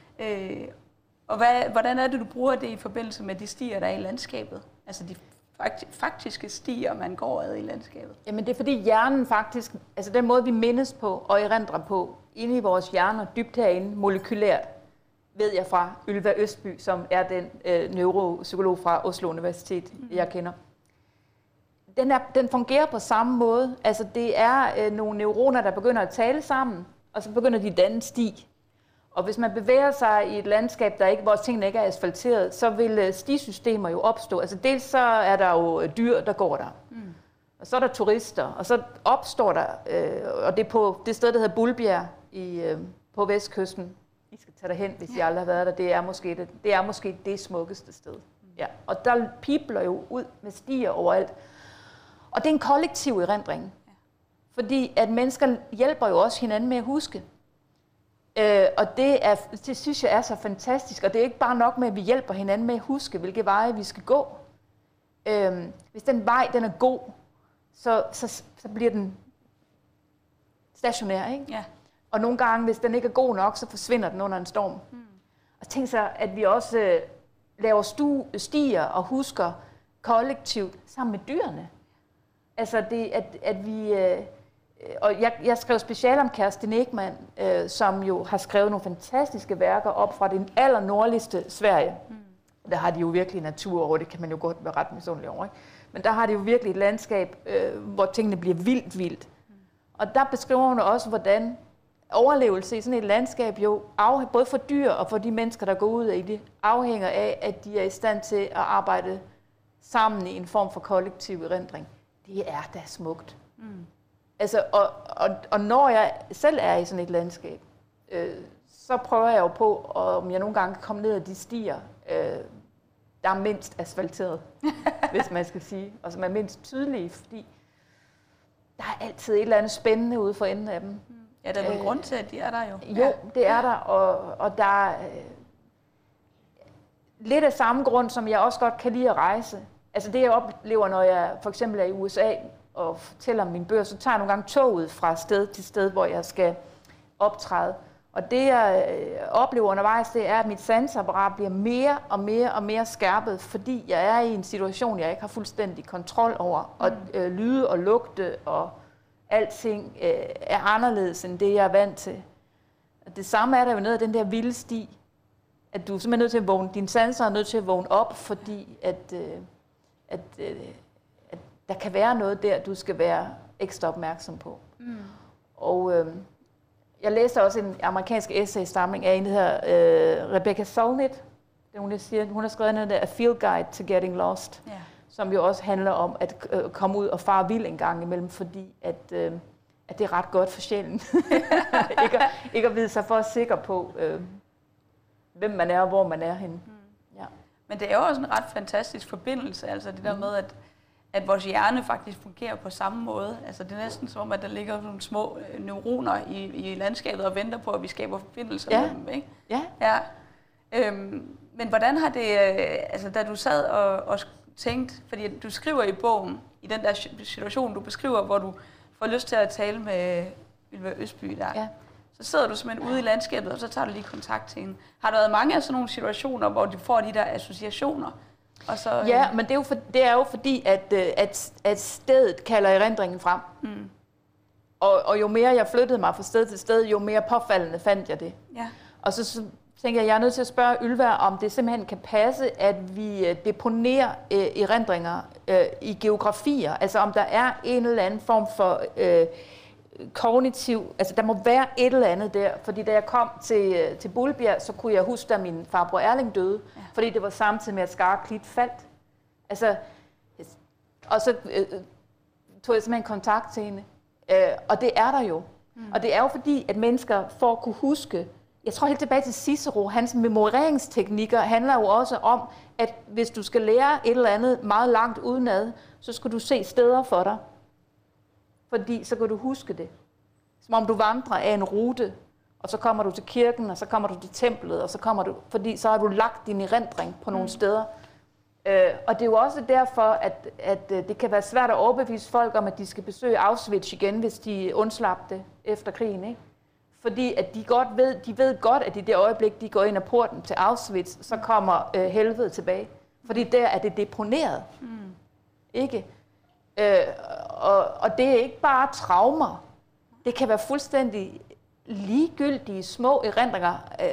Og hvordan er det, du bruger det i forbindelse med de stier, der er i landskabet? Altså de faktiske stier, man går ad i landskabet? Jamen det er fordi hjernen faktisk, altså den måde vi mindes på og erindrer på, inde i vores hjerner, dybt herinde, molekylært, ved jeg fra Ylva Østby, som er den neuropsykolog fra Oslo Universitet, jeg kender. Den fungerer på samme måde. Altså det er nogle neuroner, der begynder at tale sammen, og så begynder de at danne sti. Og hvis man bevæger sig i et landskab, hvor tingene ikke er asfalteret, så vil stisystemer jo opstå. Altså dels så er der jo dyr, der går der. Og så er der turister, og så opstår der, og det er på det sted, der hedder Bulbjerg på vestkysten. I skal tage derhen, hvis I aldrig har været der. Det er måske det smukkeste sted. Ja. Og der pibler jo ud med stier overalt. Og det er en kollektiv erindring. Fordi at mennesker hjælper jo også hinanden med at huske. Og det synes jeg er så fantastisk, og det er ikke bare nok med, at vi hjælper hinanden med at huske, hvilke veje vi skal gå. Hvis den vej den er god, så bliver den stationær, ikke? Ja. Og nogle gange, hvis den ikke er god nok, så forsvinder den under en storm. Og tænk så, at vi også laver stier og husker kollektivt sammen med dyrene. Altså det, at vi... Og jeg skrev special om Kerstin Ekman, som jo har skrevet nogle fantastiske værker op fra det allernordligste Sverige. Der har de jo virkelig natur over, det kan man jo godt være ret misundelig over. Ikke? Men der har de jo virkelig et landskab, hvor tingene bliver vildt. Og der beskriver hun også, hvordan overlevelse i sådan et landskab jo, både for dyr og for de mennesker, der går ud i det, afhænger af, at de er i stand til at arbejde sammen i en form for kollektiv erindring. Det er da smukt. Altså, og når jeg selv er i sådan et landskab, så prøver jeg jo på, om jeg nogle gange kan komme ned ad de stier, der er mindst asfalteret, hvis man skal sige, og som er mindst tydelige, fordi der er altid et eller andet spændende ude for enden af dem. Ja, der er vel grund til, at de er der jo. Jo, det er der, og der er lidt af samme grund, som jeg også godt kan lide at rejse. Altså det, jeg oplever, når jeg for eksempel er i USA og fortæller om mine bøger, så tager jeg nogle gange toget fra sted til sted, hvor jeg skal optræde. Og det, jeg oplever undervejs, det er, at mit sansapparat bliver mere og mere og mere skærpet, fordi jeg er i en situation, jeg ikke har fuldstændig kontrol over. Og lyde og lugte og alting er anderledes end det, jeg er vant til. Og det samme er der jo nede af den der vilde sti, at du er simpelthen nødt til at vågne, dine sanser er nødt til at vågne op, fordi at der kan være noget der, du skal være ekstra opmærksom på. Og jeg læste også en amerikansk essay-samling af en, der hedder Rebecca Solnit. Hun har skrevet noget der, A Field Guide to Getting Lost, som jo også handler om at komme ud og fare vild en gang imellem, fordi at det er ret godt for sjælen. ikke at vide sig for sikker på, hvem man er og hvor man er henne. Ja. Men det er jo også en ret fantastisk forbindelse, altså det der med, at vores hjerne faktisk fungerer på samme måde. Altså det er næsten som om, at der ligger nogle små neuroner i landskabet og venter på, at vi skaber forbindelser med dem, ikke? Ja. Men hvordan har det, altså da du sad og tænkte, fordi du skriver i bogen, i den der situation, du beskriver, hvor du får lyst til at tale med Ylva Østby der, så sidder du simpelthen ude i landskabet, og så tager du lige kontakt til hende. Har der været mange af sådan nogle situationer, hvor du får de der associationer? Og så, ja, men det er jo fordi, at stedet kalder erindringen frem. Og jo mere jeg flyttede mig fra sted til sted, jo mere påfaldende fandt jeg det. Ja. Og så tænker jeg er nødt til at spørge Ylva, om det simpelthen kan passe, at vi deponerer erindringer i geografier. Altså om der er en eller anden form for kognitiv, altså der må være et eller andet der, fordi da jeg kom til Bullbjerg, så kunne jeg huske, da min farbror Erling døde, fordi det var samtidig med, at Skare Klit faldt. Altså, og så tog jeg simpelthen kontakt til hende, og det er der jo. Og det er jo fordi, at mennesker for at kunne huske, jeg tror helt tilbage til Cicero, hans memoreringsteknikker handler jo også om, at hvis du skal lære et eller andet meget langt udenad, så skal du se steder for dig. Fordi så kan du huske det. Som om du vandrer af en rute, og så kommer du til kirken, og så kommer du til templet, og så kommer du, fordi så har du lagt din erindring på nogle steder. Og det er jo også derfor, at det kan være svært at overbevise folk om, at de skal besøge Auschwitz igen, hvis de undslap det efter krigen, ikke? Fordi at de ved godt, at i det øjeblik, de går ind ad porten til Auschwitz, så kommer helvede tilbage. Fordi der er det deponeret. Ikke? Og det er ikke bare traumer. Det kan være fuldstændig ligegyldige små erindringer,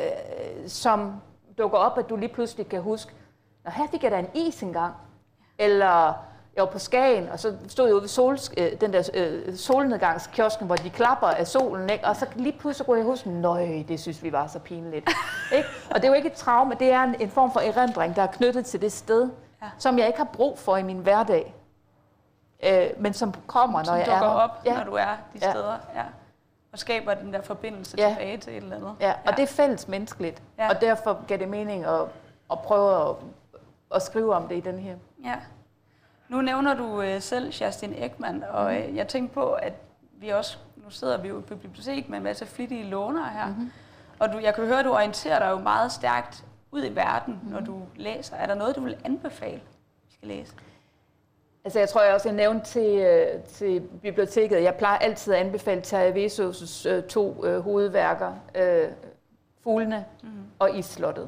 som dukker op, at du lige pludselig kan huske, nå, her fik jeg da en is engang. Eller jeg var på Skagen, og så stod jeg ude ved den der solnedgangskiosken, hvor de klapper af solen, ikke? Og så lige pludselig kunne jeg huske, nøj, det synes vi var så pinligt. Ikke? Og det er jo ikke et traume, det er en form for erindring, der er knyttet til det sted, som jeg ikke har brug for i min hverdag. Men som kommer, når jeg er der. Som dukker op, når du er de steder, og skaber den der forbindelse tilbage til et eller andet. Ja, og det er fælles menneskeligt, og derfor gav det mening at prøve at skrive om det i den her. Ja. Nu nævner du selv Kerstin Ekman, og jeg tænkte på, at nu sidder vi jo i bibliotek med en masse flittige lånere her, og jeg kan høre, at du orienterer dig jo meget stærkt ud i verden, når du læser. Er der noget, du vil anbefale, vi skal læse? Altså jeg tror jeg også, jeg nævnte til biblioteket, jeg plejer altid at anbefale Terje Vesaas' 2 hovedværker, Fuglene og Isslottet.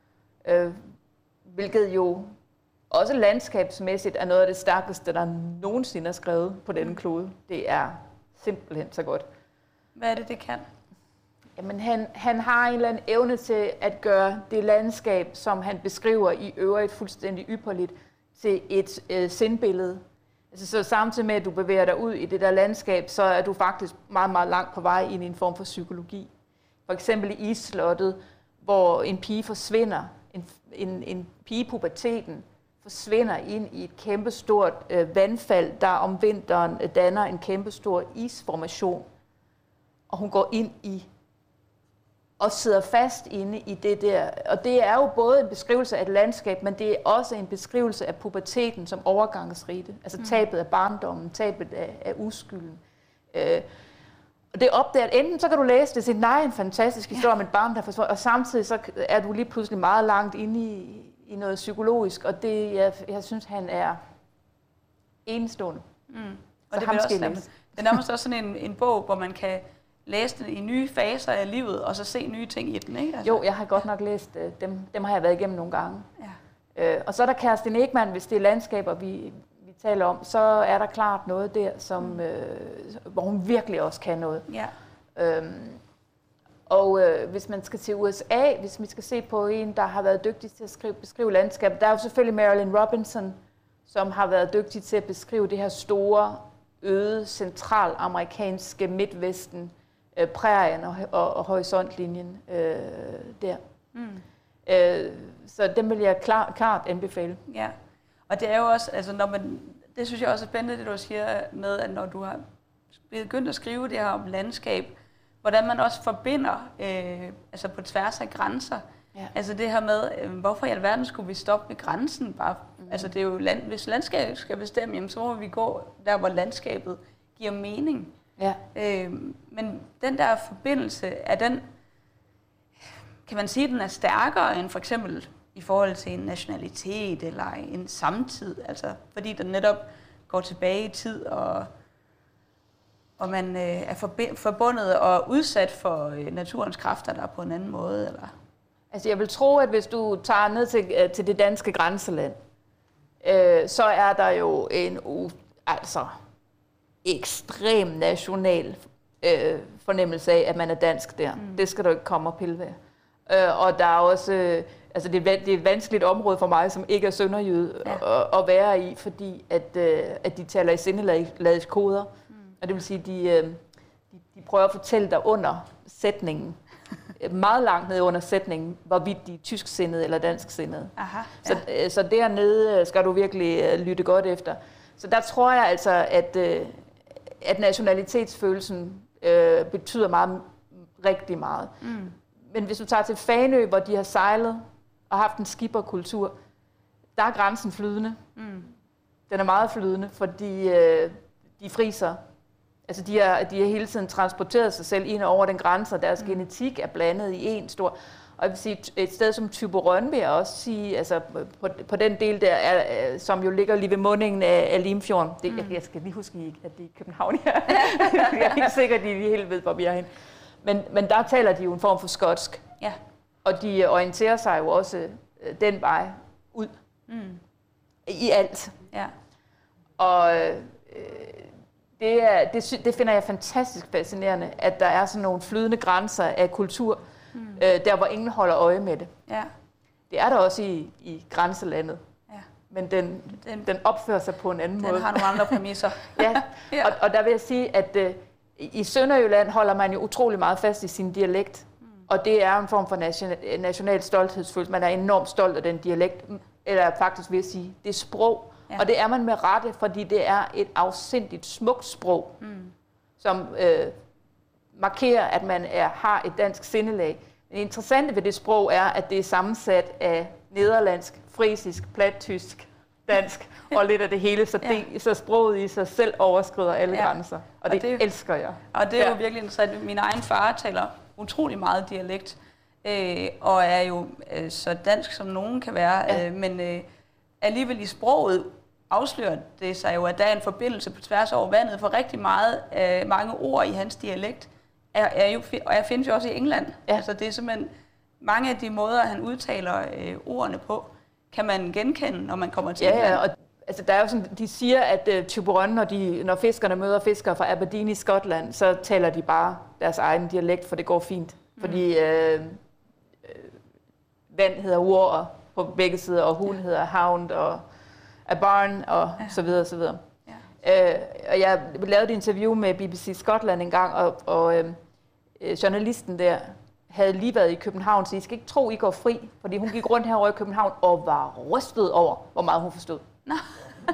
Hvilket jo også landskabsmæssigt er noget af det stærkeste, der nogensinde er skrevet på denne klode. Det er simpelthen så godt. Hvad er det kan? Jamen han har en eller anden evne til at gøre det landskab, som han beskriver i øvrigt fuldstændig ypperligt, til et sindbillede. Altså, så samtidig med, at du bevæger dig ud i det der landskab, så er du faktisk meget, meget langt på vej ind i en form for psykologi. For eksempel i Isslottet, hvor en pige forsvinder, en pige i puberteten forsvinder ind i et kæmpestort vandfald, der om vinteren danner en kæmpestor isformation. Og hun går ind i og sidder fast inde i det der. Og det er jo både en beskrivelse af et landskab, men det er også en beskrivelse af puberteten som overgangsrite. Altså tabet af barndommen, tabet af uskylden. Og det opdager, at enten så kan du læse det og sige, nej, en fantastisk historie om et barn, der forsvundet, og samtidig så er du lige pludselig meget langt inde i noget psykologisk, og det, jeg synes, han er enestående. Og det er nærmest også sådan en bog, hvor man kan læse den i nye faser af livet, og så se nye ting i den, ikke? Altså. Jo, jeg har godt nok læst dem har jeg været igennem nogle gange. Ja. Og så er der Kerstin Ekman, hvis det er landskaber, vi taler om, så er der klart noget der, som, hvor hun virkelig også kan noget. Ja. Hvis man skal til USA, hvis vi skal se på en, der har været dygtig til at beskrive landskabet, der er jo selvfølgelig Marilyn Robinson, som har været dygtig til at beskrive det her store, øde, centralamerikanske Midtvesten, prærien og horisontlinjen der. Så dem vil jeg klart anbefale. Ja, og det er jo også, altså det synes jeg også er spændende, det du siger med, at når du har begyndt at skrive det her om landskab, hvordan man også forbinder, altså på tværs af grænser. Ja. Altså det her med, hvorfor i alverden skulle vi stoppe ved grænsen? Bare, altså det er jo hvis landskabet skal bestemme, jamen, så må vi gå der, hvor landskabet giver mening. Ja. Men den der forbindelse, er den, kan man sige, den er stærkere end for eksempel i forhold til en nationalitet eller en samtid, altså fordi den netop går tilbage i tid, og man er forbundet og udsat for naturens kræfter, der er på en anden måde, eller? Altså jeg vil tro, at hvis du tager ned til det danske grænseland, så er der jo en ekstrem national fornemmelse af, at man er dansk der. Det skal du ikke komme og pille ved. Og der er også, altså det er et vanskeligt område for mig, som ikke er sønderjyde, at være i, fordi at de taler i sindeladets koder. Og det vil sige, de prøver at fortælle dig under sætningen, meget langt ned under sætningen, hvorvidt de er tysksindede eller dansksindede. Aha, ja. Så dernede skal du virkelig lytte godt efter. Så der tror jeg altså, at nationalitetsfølelsen betyder rigtig meget. Men hvis du tager til Fanø, hvor de har sejlet og haft en skipperkultur, der er grænsen flydende. Den er meget flydende, fordi de friser. Altså de har hele tiden transporteret sig selv ind over den grænse, og deres genetik er blandet i en stor. Og jeg vil sige, et sted som Thyborøn vil jeg også sige, altså på den del der, som jo ligger lige ved mundingen af Limfjorden. Jeg skal lige huske, at det er i København. Jeg er ikke sikker, at de helt ved, hvor vi er henne. Men der taler de jo en form for skotsk. Ja. Og de orienterer sig jo også den vej ud. I alt. Ja. Og det finder jeg fantastisk fascinerende, at der er sådan nogle flydende grænser af kultur, der hvor ingen holder øje med det. Ja. Det er der også i grænselandet, men den opfører sig på en anden måde. Den har nogle andre præmisser. Ja. Og der vil jeg sige, at i Sønderjylland holder man jo utrolig meget fast i sin dialekt, og det er en form for national stolthedsfølelse. Man er enormt stolt af den dialekt, eller faktisk vil jeg sige, det sprog. Ja. Og det er man med rette, fordi det er et afsindigt smukt sprog, som markerer, at man har et dansk sindelag. Men det interessante ved det sprog er, at det er sammensat af nederlandsk, frisisk, plattysk, dansk og lidt af det hele, så sproget i sig selv overskrider alle grænser. Og det elsker jeg. Og det er jo virkelig interessant. Min egen far taler utrolig meget dialekt, og er jo så dansk som nogen kan være, men alligevel i sproget afslører det sig jo, at der er en forbindelse på tværs over vandet, for rigtig mange ord i hans dialekt findes jo også i England. Ja. Altså det er simpelthen mange af de måder, han udtaler ordene på, kan man genkende, når man kommer til England. Ja, og altså, der er jo sådan, de siger, at Thyborøn, når fiskerne møder fiskere fra Aberdeen i Skotland, så taler de bare deres egen dialekt, for det går fint. Fordi vand hedder ur på begge sider, og hun hedder hound, og a barn, og så videre, og så videre. Ja. Og jeg lavede et interview med BBC Skotland en gang, og journalisten der havde lige været i København, så I skal ikke tro, I går fri, fordi hun gik rundt herovre i København og var rystet over, hvor meget hun forstod.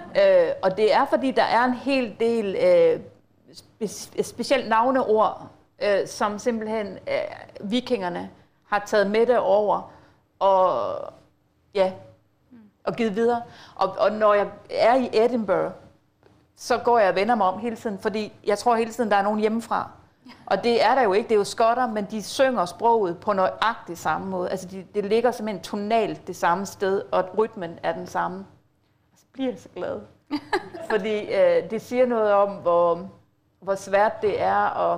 Og det er, fordi der er en hel del specielt navneord, som simpelthen vikingerne har taget med det over og givet videre. Og når jeg er i Edinburgh, så går jeg og vender mig om hele tiden, fordi jeg tror hele tiden, der er nogen hjemmefra. Og det er der jo ikke, det er jo skotter, men de synger sproget på nøjagtig samme måde. Altså det ligger simpelthen tonalt det samme sted, og rytmen er den samme. Så bliver jeg så glad. Fordi det siger noget om, hvor svært det er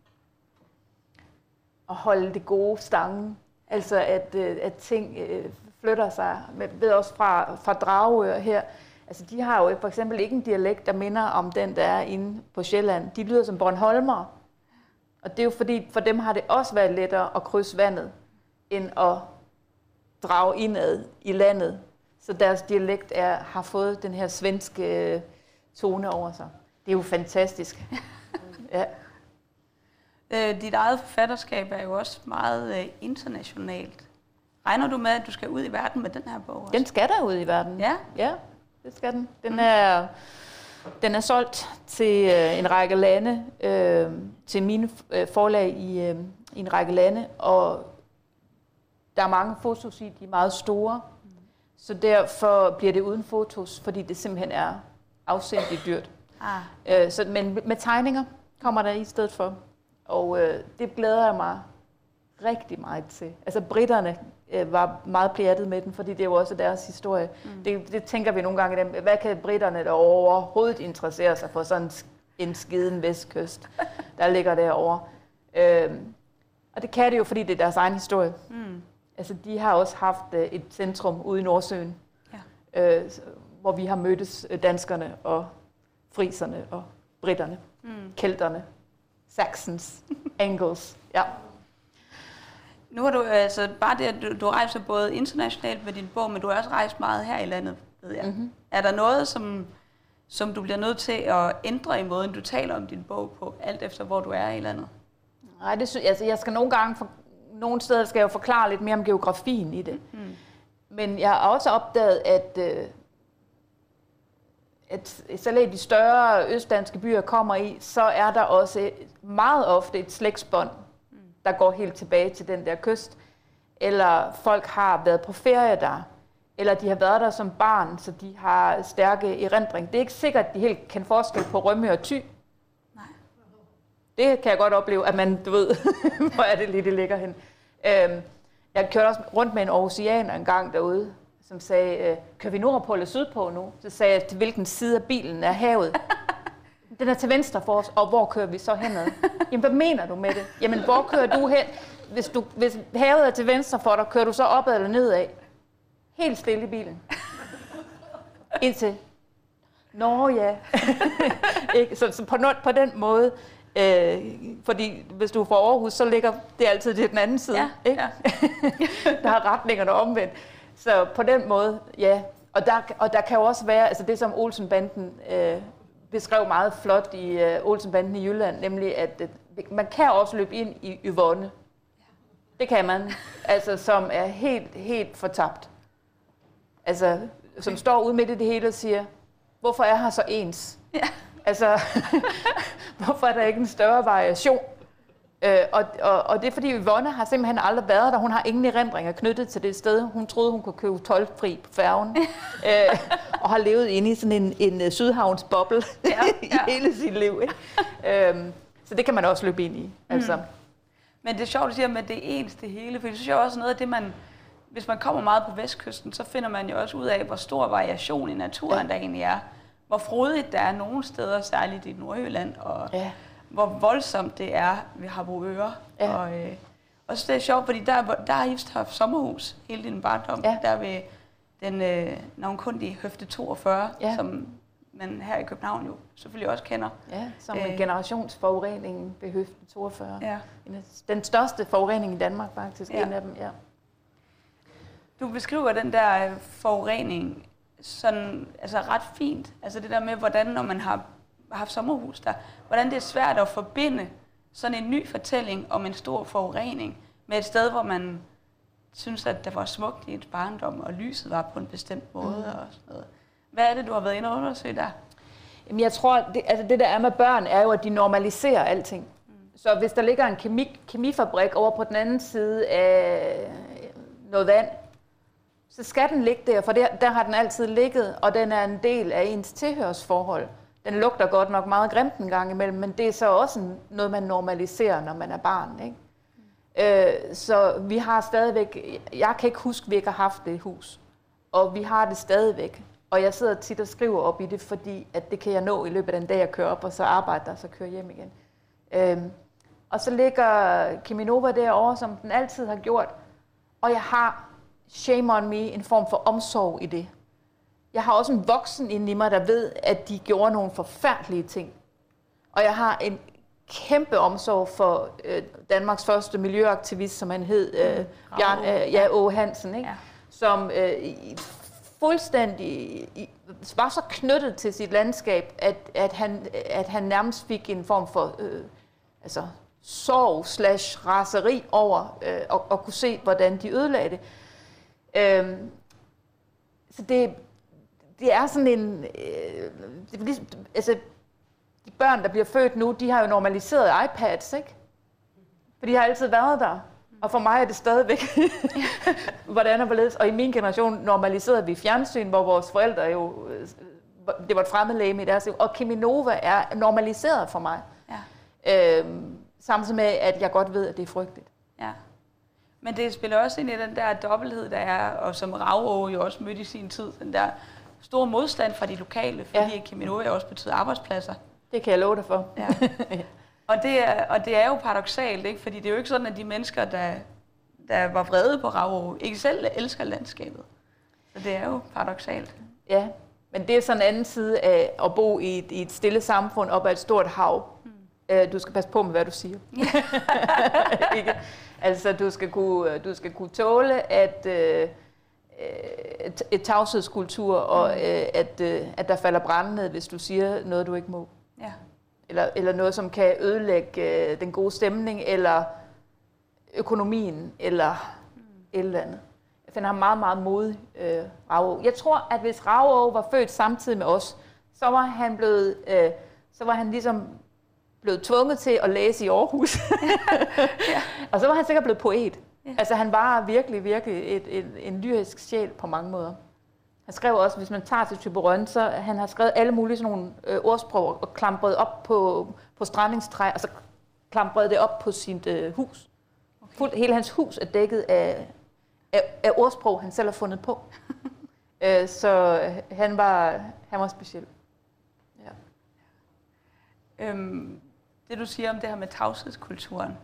at holde det gode stange. Altså at ting flytter sig. Jeg ved også fra Dragør her, altså de har jo for eksempel ikke en dialekt, der minder om den, der er inde på Sjælland. De lyder som bornholmere. Og det er jo fordi, for dem har det også været lettere at krydse vandet, end at drage indad i landet. Så deres dialekt har fået den her svenske tone over sig. Det er jo fantastisk. Ja. Dit eget forfatterskab er jo også meget internationalt. Regner du med, at du skal ud i verden med den her bog også? Den skal der ud i verden. Ja? Ja, det skal den. Den er solgt til en række lande, til mine forlag i en række lande, og der er mange fotos i, de er meget store, så derfor bliver det uden fotos, fordi det simpelthen er afsindigt dyrt. Men med tegninger kommer der i stedet for, og det glæder jeg mig rigtig meget til. Altså britterne var meget pjattet med den, fordi det er jo også deres historie. Det tænker vi nogle gange, hvad kan britterne der overhovedet interessere sig for sådan en skiden vestkyst, der ligger derovre. Og det kan det jo, fordi det er deres egen historie. Altså de har også haft et centrum ude i Nordsøen, hvor vi har mødtes danskerne og friserne og britterne, kelterne, saxons, angles, ja. Nu har du altså bare det, at du rejser både internationalt med din bog, men du har også rejst meget her i landet, ved jeg. Er der noget, som du bliver nødt til at ændre i måden, du taler om din bog på, alt efter hvor du er i landet? Nej, altså jeg skal nogle steder skal jeg jo forklare lidt mere om geografien i det. Men jeg har også opdaget, at selv i de større østdanske byer kommer i, så er der også meget ofte et slægtsbånd, der går helt tilbage til den der kyst. Eller folk har været på ferie der, eller de har været der som barn, så de har stærke erindring. Det er ikke sikkert, at de helt kan forskel på Rømø og Thy. Nej. Det kan jeg godt opleve, at man, du ved, hvor er det lige, det ligger hen. Jeg kørte også rundt med en aarhusianer en gang derude, som sagde, kører vi nordpå eller sydpå nu? Så sagde jeg, til hvilken side af bilen er havet? Den er til venstre for os, og hvor kører vi så henad? Jamen, hvad mener du med det? Jamen, hvor kører du hen? Hvis havet er til venstre for dig, kører du så opad eller nedad? Helt stille i bilen. Indtil. Nå ja. så på den måde, fordi hvis du er fra Aarhus, så ligger det altid til den anden side. Ja, ikke? Ja. Der har retningerne omvendt. Så på den måde, ja. Og der kan jo også være, altså det som Olsen-banden beskrev meget flot i Olsen-banden i Jylland, nemlig at man kan også løbe ind i Yvonne. Det kan man, altså som er helt fortabt. Altså, som står ude midt i det hele og siger, hvorfor er her så ens? Ja. Altså, hvorfor er der ikke en større variation? Og det er fordi Yvonne har simpelthen aldrig været der. Hun har ingen erindringer knyttet til det sted. Hun troede, hun kunne købe toldfri på færgen. Og har levet inde i sådan en sydhavns boble i hele sit liv. Ikke? Så det kan man også løbe ind i. Altså. Men det er sjovt, at du siger, at det er ens det hele. For det synes jeg også noget af det, hvis man kommer meget på vestkysten, så finder man jo også ud af, hvor stor variation i naturen der egentlig er. Hvor frodigt der er nogle steder, særligt i Nordjylland, og hvor voldsomt det er ved Harboøre. Ja. Og så det er sjovt, fordi der har I haft sommerhus hele din barndom. Ja. Der ved den navnkundige Høfde 42, som man her i København jo selvfølgelig også kender. Ja, som en generationsforurening ved Høfde 42. Ja. Den største forurening i Danmark faktisk, en af dem, ja. Du beskriver den der forurening sådan, altså ret fint. Altså det der med, hvordan når man har haft sommerhus der, hvordan det er svært at forbinde sådan en ny fortælling om en stor forurening med et sted, hvor man synes, at der var smukt i et barndom, og lyset var på en bestemt måde og sådan noget. Hvad er det, du har været inde og undersøge der? Jamen jeg tror, det der er med børn, er jo, at de normaliserer alting. Så hvis der ligger en kemifabrik over på den anden side af noget vand, så skal den ligge der, for der har den altid ligget, og den er en del af ens tilhørsforhold. Den lugter godt nok meget grimt en gang imellem, men det er så også noget, man normaliserer, når man er barn, ikke? Så vi har stadigvæk, jeg kan ikke huske, at vi ikke har haft det hus, og vi har det stadigvæk. Og jeg sidder tit og skriver op i det, fordi at det kan jeg nå i løbet af den dag, jeg kører op, og så arbejder og så kører hjem igen. Og så ligger Cheminova derovre, som den altid har gjort, og jeg har, shame on me, en form for omsorg i det. Jeg har også en voksen inde i mig, der ved, at de gjorde nogle forfærdelige ting. Og jeg har en kæmpe omsorg for Danmarks første miljøaktivist, som han hed, Bjarne Aage Hansen, ikke? Ja. Som fuldstændig var så knyttet til sit landskab, at han nærmest fik en form for sorg/raseri over at kunne se, hvordan de ødelagde det. Så det er sådan en... de børn, der bliver født nu, de har jo normaliseret iPads, ikke? For de har altid været der. Og for mig er det stadigvæk, hvordan og hvorledes. Og i min generation normaliserede vi fjernsyn, hvor vores forældre jo... Det var et fremmedlegeme i deres liv. Og Cheminova er normaliseret for mig. Ja. Samtidig med, at jeg godt ved, at det er frygteligt. Ja. Men det spiller også ind i den der dobbelthed, der er, og som Rav jo også mødte i sin tid, den der store modstand fra de lokale, fordi Cheminova også betyder arbejdspladser. Det kan jeg love dig for. Ja. Og det er jo paradoksalt, ikke? Fordi det er jo ikke sådan, at de mennesker, der var vrede på Rav, ikke selv elsker landskabet. Så det er jo paradoksalt. Ja, men det er sådan en anden side af at bo i et stille samfund op ad et stort hav. Du skal passe på med, hvad du siger. Ikke? Altså, du skal kunne tåle, at et tavshedskultur, og at der falder brand ned, hvis du siger noget, du ikke må. Ja. Eller noget, som kan ødelægge den gode stemning, eller økonomien, eller et eller andet. Jeg finder ham meget, meget modig, Rav. Jeg tror, at hvis Rav var født samtidig med os, så var han ligesom blevet tvunget til at læse i Aarhus. Ja. Og så var han sikkert blevet poet. Ja. Altså han var virkelig, virkelig en lyrisk sjæl på mange måder. Han skrev også, hvis man tager til Thyborøn, så han har skrevet alle mulige sådan nogle ordsprog og klampret op på strandingstræ, og så klampret det op på sit hus. Okay. Hele hans hus er dækket af ordsprog, han selv har fundet på. Så han var speciel. Ja. Det du siger om det her med tavshedskulturen,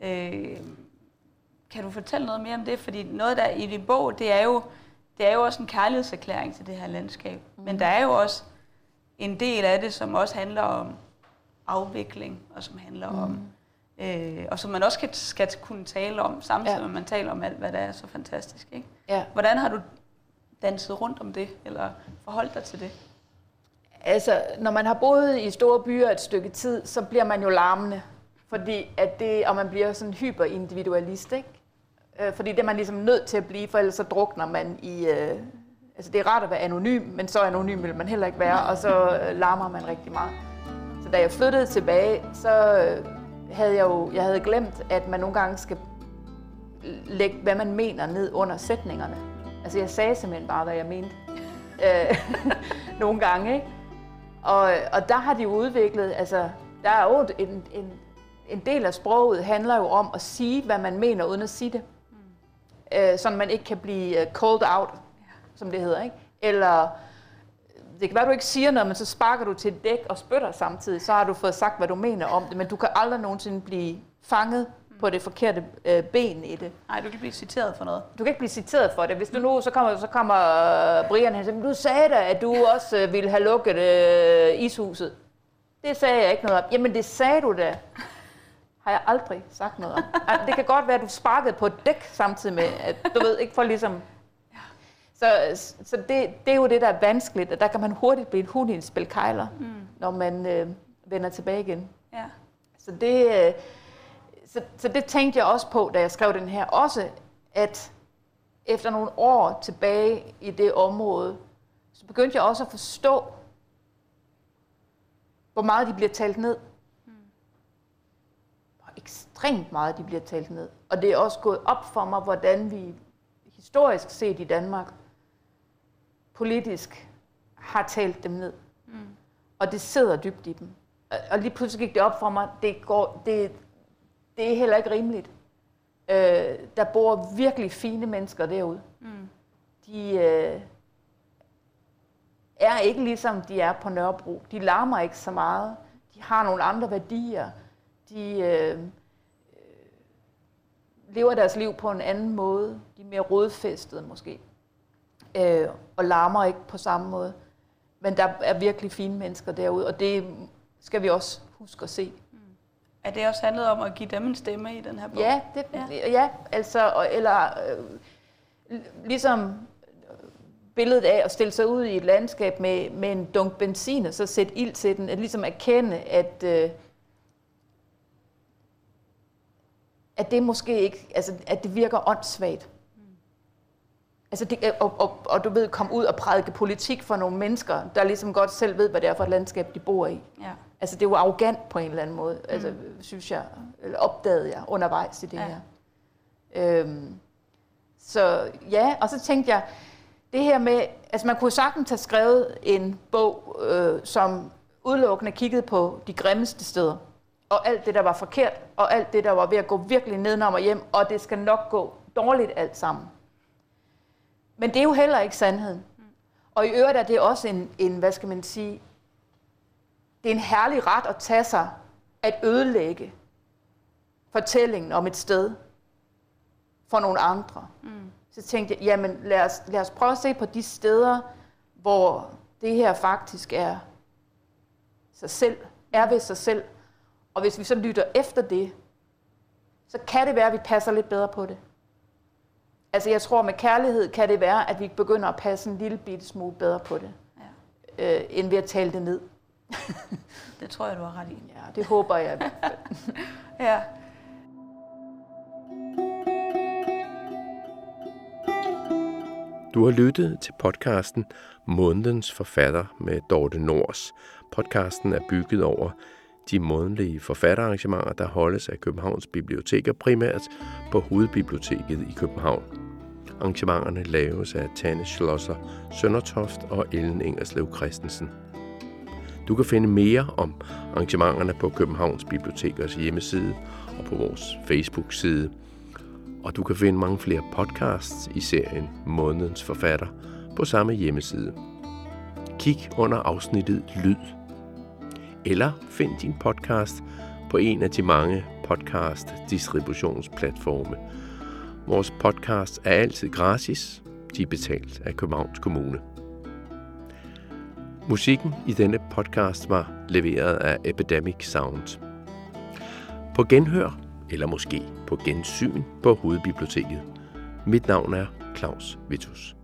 kan du fortælle noget mere om det? Fordi noget der i din bog, det er jo også en kærlighedserklæring til det her landskab. Men der er jo også en del af det, som også handler om afvikling, og som handler om, og som man også skal kunne tale om, samtidig med man taler om alt, hvad der er så fantastisk. Ikke? Ja. Hvordan har du danset rundt om det, eller forholdt dig til det? Altså, når man har boet i store byer et stykke tid, så bliver man jo larmende, fordi og man bliver sådan hyperindividualist, ikke? Fordi det er man ligesom nødt til at blive, for ellers så drukner man i... altså, det er rart at være anonym, men så anonym vil man heller ikke være, og så larmer man rigtig meget. Så da jeg flyttede tilbage, så havde jeg havde glemt, at man nogle gange skal lægge, hvad man mener, ned under sætningerne. Altså, jeg sagde simpelthen bare, hvad jeg mente. Nogle gange, ikke? Og der har de jo udviklet, altså, der er jo en del af sproget handler jo om at sige, hvad man mener, uden at sige det. Så man ikke kan blive called out, som det hedder, ikke? Eller det kan være, du ikke siger noget, men så sparker du til et dæk og spytter samtidig, så har du fået sagt, hvad du mener om det, men du kan aldrig nogensinde blive fanget på det forkerte ben i det. Nej, du kan ikke blive citeret for noget. Du kan ikke blive citeret for det. Hvis du nu, så kommer Brian hen og siger, du sagde da, at du også ville have lukket ishuset. Det sagde jeg ikke noget om. Jamen, det sagde du da. Har jeg aldrig sagt noget om. Det kan godt være, at du sparkede på et dæk samtidig med, at du ved, ikke for ligesom... Så det er jo det, der er vanskeligt, og der kan man hurtigt blive en hund i en spil kejler, når man vender tilbage igen. Ja. Så det tænkte jeg også på, da jeg skrev den her. Også, at efter nogle år tilbage i det område, så begyndte jeg også at forstå, hvor meget de bliver talt ned. ekstremt meget, de bliver talt ned. Og det er også gået op for mig, hvordan vi historisk set i Danmark politisk har talt dem ned. Og det sidder dybt i dem. Og lige pludselig gik det op for mig, det er heller ikke rimeligt. Der bor virkelig fine mennesker derude. De er ikke ligesom de er på Nørrebro. De larmer ikke så meget. De har nogle andre værdier. De lever deres liv på en anden måde. De er mere rodfæstede måske. Og larmer ikke på samme måde. Men der er virkelig fine mennesker derude, og det skal vi også huske at se. Er det også handlet om at give dem en stemme i den her bog? Ja, altså, ligesom billedet af at stille sig ud i et landskab med en dunk benzin, og så sætte ild til den, at ligesom erkende, at det måske ikke, altså at det virker åndssvagt. Altså og du ved, komme ud og prædike politik for nogle mennesker, der ligesom godt selv ved, hvad det er for et landskab, de bor i. Ja. Altså det er jo arrogant på en eller anden måde, altså, synes jeg, eller opdagede jeg undervejs i det her. Så ja, og så tænkte jeg, det her med, altså man kunne sagtens have skrevet en bog, som udelukkende kiggede på de grimmeste steder, og alt det, der var forkert, og alt det, der var ved at gå virkelig nedenom og hjem, og det skal nok gå dårligt alt sammen. Men det er jo heller ikke sandheden. Og i øvrigt er det også en, hvad skal man sige, det er en herlig ret at tage sig at ødelægge fortællingen om et sted for nogle andre. Så tænkte jeg, jamen lad os prøve at se på de steder, hvor det her faktisk er sig selv, er ved sig selv. Og hvis vi så lytter efter det, så kan det være, at vi passer lidt bedre på det. Altså jeg tror, med kærlighed kan det være, at vi begynder at passe en lille bitte smule bedre på det, end ved at tale det ned. Det tror jeg, du har ret i. Ja, det håber jeg i hvert fald. Ja. Du har lyttet til podcasten Månedens Forfatter med Dorthe Nors. Podcasten er bygget over de månedlige forfatterarrangementer, der holdes af Københavns Biblioteker, primært på Hovedbiblioteket i København. Arrangementerne laves af Tanne Schlosser Søndertoft og Ellen Ingerslev Christensen. Du kan finde mere om arrangementerne på Københavns Bibliotekers hjemmeside og på vores Facebook-side. Og du kan finde mange flere podcasts i serien Månedens Forfatter på samme hjemmeside. Kig under afsnittet Lyd. Eller find din podcast på en af de mange podcast-distributionsplatforme. Vores podcast er altid gratis. De er betalt af Københavns Kommune. Musikken i denne podcast var leveret af Epidemic Sound. På genhør, eller måske på gensyn på Hovedbiblioteket. Mit navn er Claus Vittus.